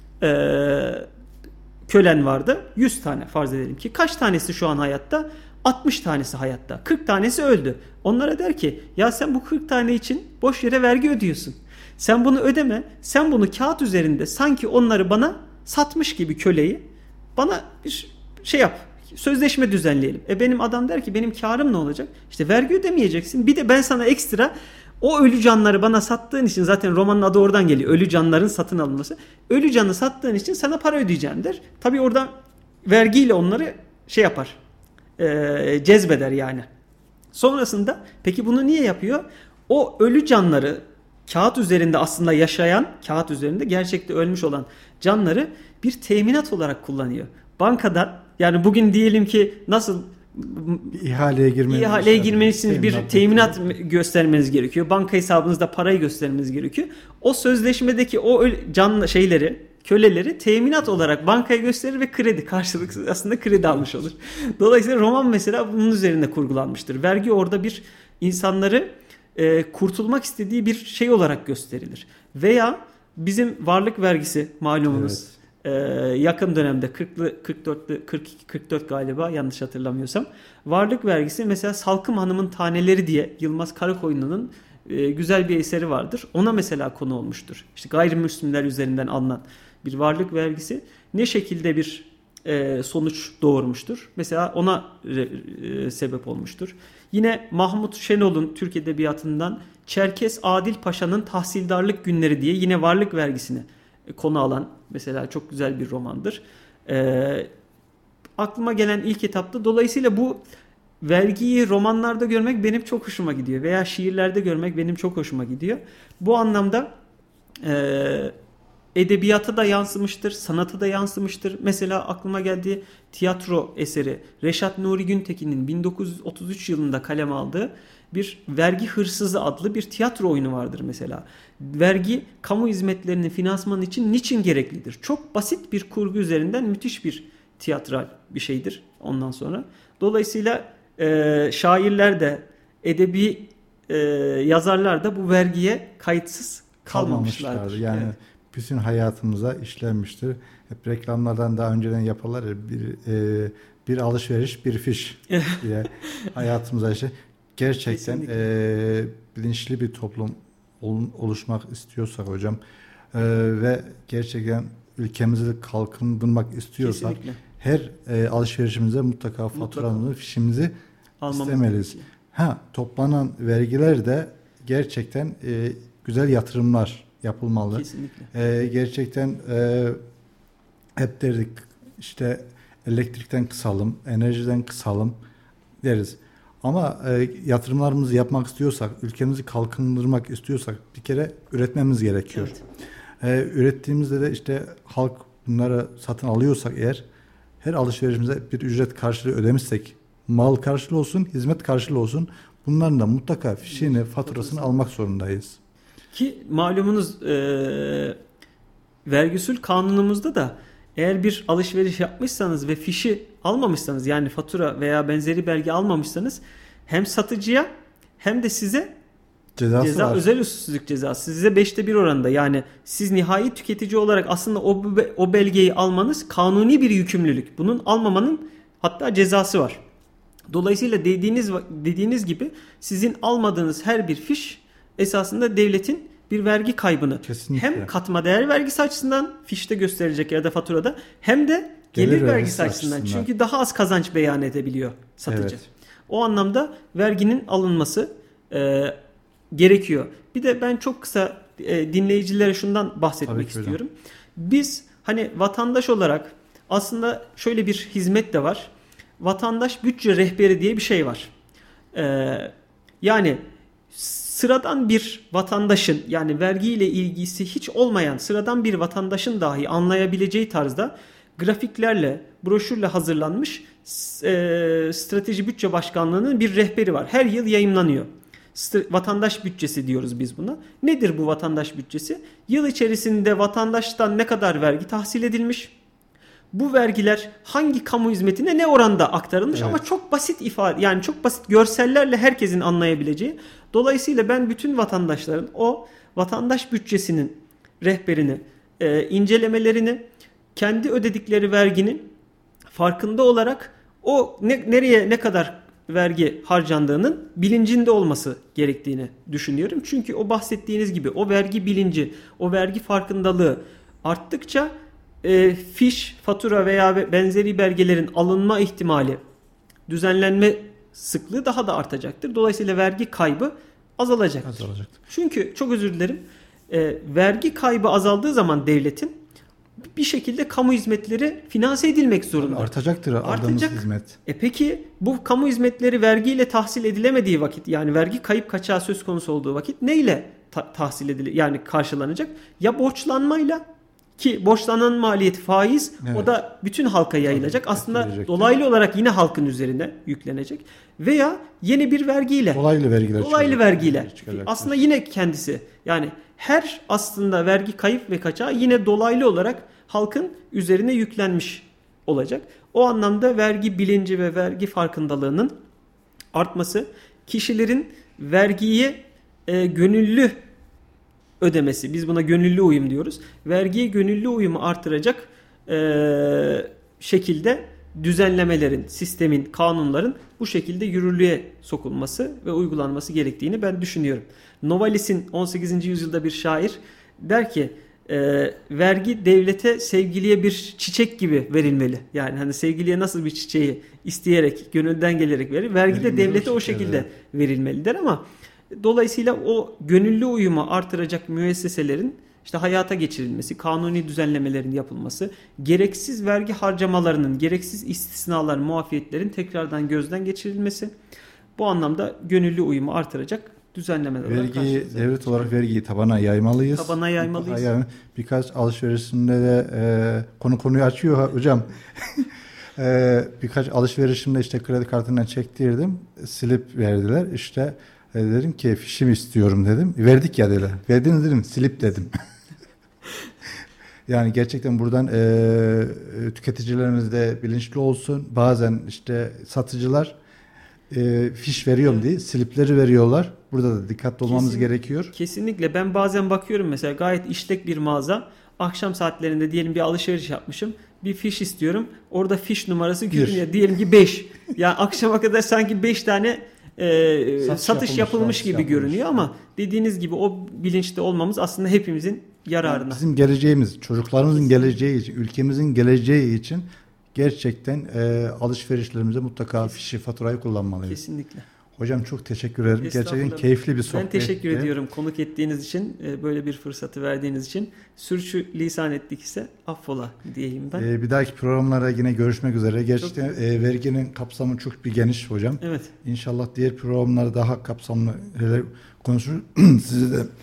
S3: kölen vardı? 100 tane farz edelim ki. Kaç tanesi şu an hayatta? 60 tanesi hayatta. 40 tanesi öldü. Onlara der ki ya sen bu 40 tane için boş yere vergi ödüyorsun. Sen bunu ödeme. Sen bunu kağıt üzerinde sanki onları bana satmış gibi köleyi bana bir şey yap. Sözleşme düzenleyelim. Benim adam der ki benim karım ne olacak? İşte vergi ödemeyeceksin. Bir de ben sana ekstra o ölü canları bana sattığın için, zaten romanın adı oradan geliyor. Ölü canların satın alınması. Ölü canı sattığın için sana para ödeyeceğim der. Tabii orada vergiyle onları şey yapar. Cezbeder yani. Sonrasında peki bunu niye yapıyor? O ölü canları kağıt üzerinde aslında yaşayan, kağıt üzerinde gerçekte ölmüş olan canları bir teminat olarak kullanıyor. Bankadan, yani bugün diyelim ki nasıl
S2: ihaleye
S3: girmeniz için bir teminat göstermeniz gerekiyor. Banka hesabınızda parayı göstermeniz gerekiyor. O sözleşmedeki o köleleri teminat olarak bankaya gösterir ve kredi karşılıksız aslında kredi almış olur. Dolayısıyla roman mesela bunun üzerine kurgulanmıştır. Vergi orada bir insanları kurtulmak istediği bir şey olarak gösterilir. Veya bizim varlık vergisi malumunuz yakın dönemde 44 galiba yanlış hatırlamıyorsam varlık vergisi mesela Salkım Hanım'ın Taneleri diye Yılmaz Karakoyunlu'nun güzel bir eseri vardır. Ona mesela konu olmuştur. İşte gayrimüslimler üzerinden alınan bir varlık vergisi ne şekilde bir sonuç doğurmuştur. Mesela ona sebep olmuştur. Yine Mahmut Şenol'un Türk Edebiyatı'ndan Çerkes Adil Paşa'nın Tahsildarlık Günleri diye yine varlık vergisini konu alan mesela çok güzel bir romandır. Aklıma gelen ilk etapta dolayısıyla bu vergiyi romanlarda görmek benim çok hoşuma gidiyor veya şiirlerde görmek benim çok hoşuma gidiyor. Bu anlamda edebiyata da yansımıştır, sanata da yansımıştır. Mesela aklıma geldiği tiyatro eseri Reşat Nuri Güntekin'in 1933 yılında kaleme aldığı bir Vergi Hırsızı adlı bir tiyatro oyunu vardır mesela. Vergi kamu hizmetlerinin finansmanı için niçin gereklidir? Çok basit bir kurgu üzerinden müthiş bir tiyatral bir şeydir ondan sonra. Dolayısıyla şairler de edebi yazarlar da bu vergiye kayıtsız kalmamışlardır.
S2: Yani bütün hayatımıza işlenmiştir. Hep reklamlardan daha önceden yaparlar ya bir alışveriş bir fiş diye hayatımıza gerçekten bilinçli bir toplum oluşmak istiyorsak hocam ve gerçekten ülkemizi kalkındırmak istiyorsak kesinlikle her alışverişimize mutlaka faturanın fişimizi istemeliyiz. Toplanan vergiler de gerçekten güzel yatırımlar yapılmalı. Kesinlikle. Gerçekten hep derdik işte elektrikten kısalım, enerjiden kısalım deriz. Ama yatırımlarımızı yapmak istiyorsak, ülkemizi kalkındırmak istiyorsak bir kere üretmemiz gerekiyor. Evet. Ürettiğimizde de işte halk bunları satın alıyorsak eğer her alışverişimize bir ücret karşılığı ödemişsek mal karşılığı olsun, hizmet karşılığı olsun bunların da mutlaka fişini, faturasını almak zorundayız.
S3: Ki malumunuz vergi usul kanunumuzda da eğer bir alışveriş yapmışsanız ve fişi almamışsanız yani fatura veya benzeri belge almamışsanız hem satıcıya hem de size ceza özel usulsüzlük cezası size 5'te 1 oranında yani siz nihai tüketici olarak aslında o belgeyi almanız kanuni bir yükümlülük. Bunun almamanın hatta cezası var. Dolayısıyla dediğiniz gibi sizin almadığınız her bir fiş esasında devletin bir vergi kaybını kesinlikle hem katma değer vergisi açısından fişte gösterecek ya da faturada hem de gelir vergisi açısından. Çünkü daha az kazanç beyan edebiliyor satıcı. Evet. O anlamda verginin alınması gerekiyor. Bir de ben çok kısa dinleyicilere şundan bahsetmek istiyorum. Biz hani vatandaş olarak aslında şöyle bir hizmet de var. Vatandaş bütçe rehberi diye bir şey var. Yani sıradan bir vatandaşın yani vergiyle ilgisi hiç olmayan sıradan bir vatandaşın dahi anlayabileceği tarzda grafiklerle, broşürle hazırlanmış Strateji Bütçe Başkanlığı'nın bir rehberi var. Her yıl yayımlanıyor. Vatandaş bütçesi diyoruz biz buna. Nedir bu vatandaş bütçesi? Yıl içerisinde vatandaştan ne kadar vergi tahsil edilmiş? Bu vergiler hangi kamu hizmetine ne oranda aktarılmış ama çok basit ifade yani çok basit görsellerle herkesin anlayabileceği. Dolayısıyla ben bütün vatandaşların o vatandaş bütçesinin rehberini, incelemelerini, kendi ödedikleri verginin farkında olarak o nereye ne kadar vergi harcandığının bilincinde olması gerektiğini düşünüyorum. Çünkü o bahsettiğiniz gibi o vergi bilinci, o vergi farkındalığı arttıkça fiş, fatura veya benzeri belgelerin alınma ihtimali, düzenlenme sıklığı daha da artacaktır. Dolayısıyla vergi kaybı azalacaktır. Çünkü çok özür dilerim, vergi kaybı azaldığı zaman devletin bir şekilde kamu hizmetleri finanse edilmek zorunda.
S2: Artacaktır aldığımız hizmet.
S3: Peki bu kamu hizmetleri vergiyle tahsil edilemediği vakit yani vergi kayıp kaçağı söz konusu olduğu vakit neyle tahsil edilir yani karşılanacak? Ya borçlanmayla Ki borçlanan maliyeti faiz,
S2: Evet.
S3: o da bütün halka yayılacak. Aslında
S2: etkileyecek.
S3: dolaylı olarak yine halkın üzerine yüklenecek. Veya yeni bir vergiyle.
S2: Dolaylı vergiler çıkacak.
S3: Aslında yine kendisi. Yani her aslında vergi kayıp ve kaçağı yine dolaylı olarak halkın üzerine yüklenmiş olacak. O anlamda vergi bilinci ve vergi farkındalığının artması, kişilerin vergiyi gönüllü ödemesi, biz buna gönüllü uyum diyoruz. Vergiye gönüllü uyumu artıracak şekilde düzenlemelerin, sistemin, kanunların bu şekilde yürürlüğe sokulması ve uygulanması gerektiğini ben düşünüyorum. Novalis'in 18. yüzyılda bir şair der ki vergi devlete sevgiliye bir çiçek gibi verilmeli. Yani hani sevgiliye nasıl bir çiçeği isteyerek, gönülden gelerek verir, vergi de devlete o şekilde verilmeli der ama dolayısıyla o gönüllü uyumu artıracak müesseselerin işte hayata geçirilmesi, kanuni düzenlemelerin yapılması, gereksiz vergi harcamalarının, gereksiz istisnalar, muafiyetlerin tekrardan gözden geçirilmesi, bu anlamda gönüllü uyumu artıracak düzenlemeler olarak karşımıza
S2: devlet olarak vergiyi tabana yaymalıyız.
S3: Tabana yaymalıyız.
S2: Birkaç alışverişimde de konuyu açıyor hocam. Birkaç alışverişimde işte kredi kartından çektirdim. Silip verdiler. İşte dedim ki fişimi istiyorum dedim. Verdik ya dediler. Verdiniz dedim. Silip dedim. Yani gerçekten buradan tüketicilerimiz de bilinçli olsun. Bazen işte satıcılar fiş veriyorum diye silipleri veriyorlar. Burada da dikkatli olmamız gerekiyor.
S3: Kesinlikle. Ben bazen bakıyorum mesela gayet işlek bir mağaza. Akşam saatlerinde diyelim bir alışveriş yapmışım. Bir fiş istiyorum. Orada fiş numarası görünüyor. Diyelim ki 5. Yani akşama kadar sanki 5 tane satış yapılmış gibi görünüyor ama dediğiniz gibi o bilinçte olmamız aslında hepimizin yararına.
S2: Yani bizim geleceğimiz, çocuklarımızın geleceği için, ülkemizin geleceği için gerçekten alışverişlerimize mutlaka fişi, faturayı kullanmalıyız.
S3: Kesinlikle.
S2: Hocam çok teşekkür ederim. Gerçekten keyifli bir sohbet.
S3: Ben teşekkür ediyorum konuk ettiğiniz için, böyle bir fırsatı verdiğiniz için. Sürçülisan ettik ise affola diyeyim ben.
S2: Bir dahaki programlarda yine görüşmek üzere. Gerçekten verginin kapsamı çok bir geniş hocam.
S3: Evet.
S2: İnşallah diğer programlarda daha kapsamlı konuşuruz. Sizi de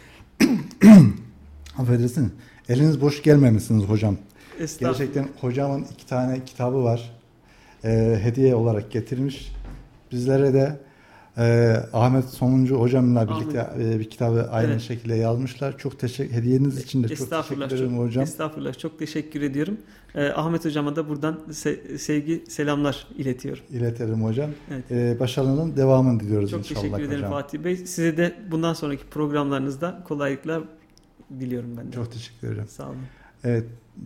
S2: affedersiniz. Eliniz boş gelmemişsiniz hocam. Gerçekten hocamın 2 tane kitabı var. Hediye olarak getirmiş. Bizlere de Ahmet Somuncu hocamla birlikte bir kitabı aynı şekilde yazmışlar. Çok hediyeniz için de çok teşekkür ederim hocam.
S3: Estağfurullah. Çok teşekkür ediyorum. Ahmet hocama da buradan sevgi, selamlar iletiyorum.
S2: İletelim hocam.
S3: Evet.
S2: Başarının devamını diliyoruz
S3: çok
S2: inşallah.
S3: Çok teşekkür ederim
S2: hocam.
S3: Fatih Bey. Size de bundan sonraki programlarınızda kolaylıklar diliyorum ben de.
S2: Çok teşekkür ederim.
S3: Sağ olun.
S2: Evet,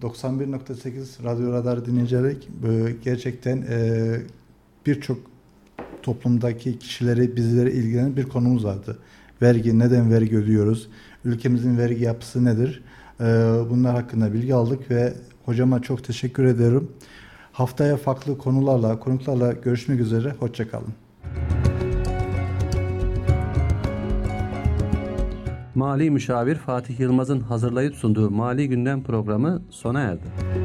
S2: 91.8 Radyo Radar dinleyicileri gerçekten birçok toplumdaki kişileri, bizleri ilgilenen bir konumuz vardı. Vergi, neden vergi ödüyoruz? Ülkemizin vergi yapısı nedir? Bunlar hakkında bilgi aldık ve hocama çok teşekkür ederim. Haftaya farklı konuklarla görüşmek üzere. Hoşça kalın.
S1: Mali Müşavir Fatih Yılmaz'ın hazırlayıp sunduğu Mali Gündem programı sona erdi.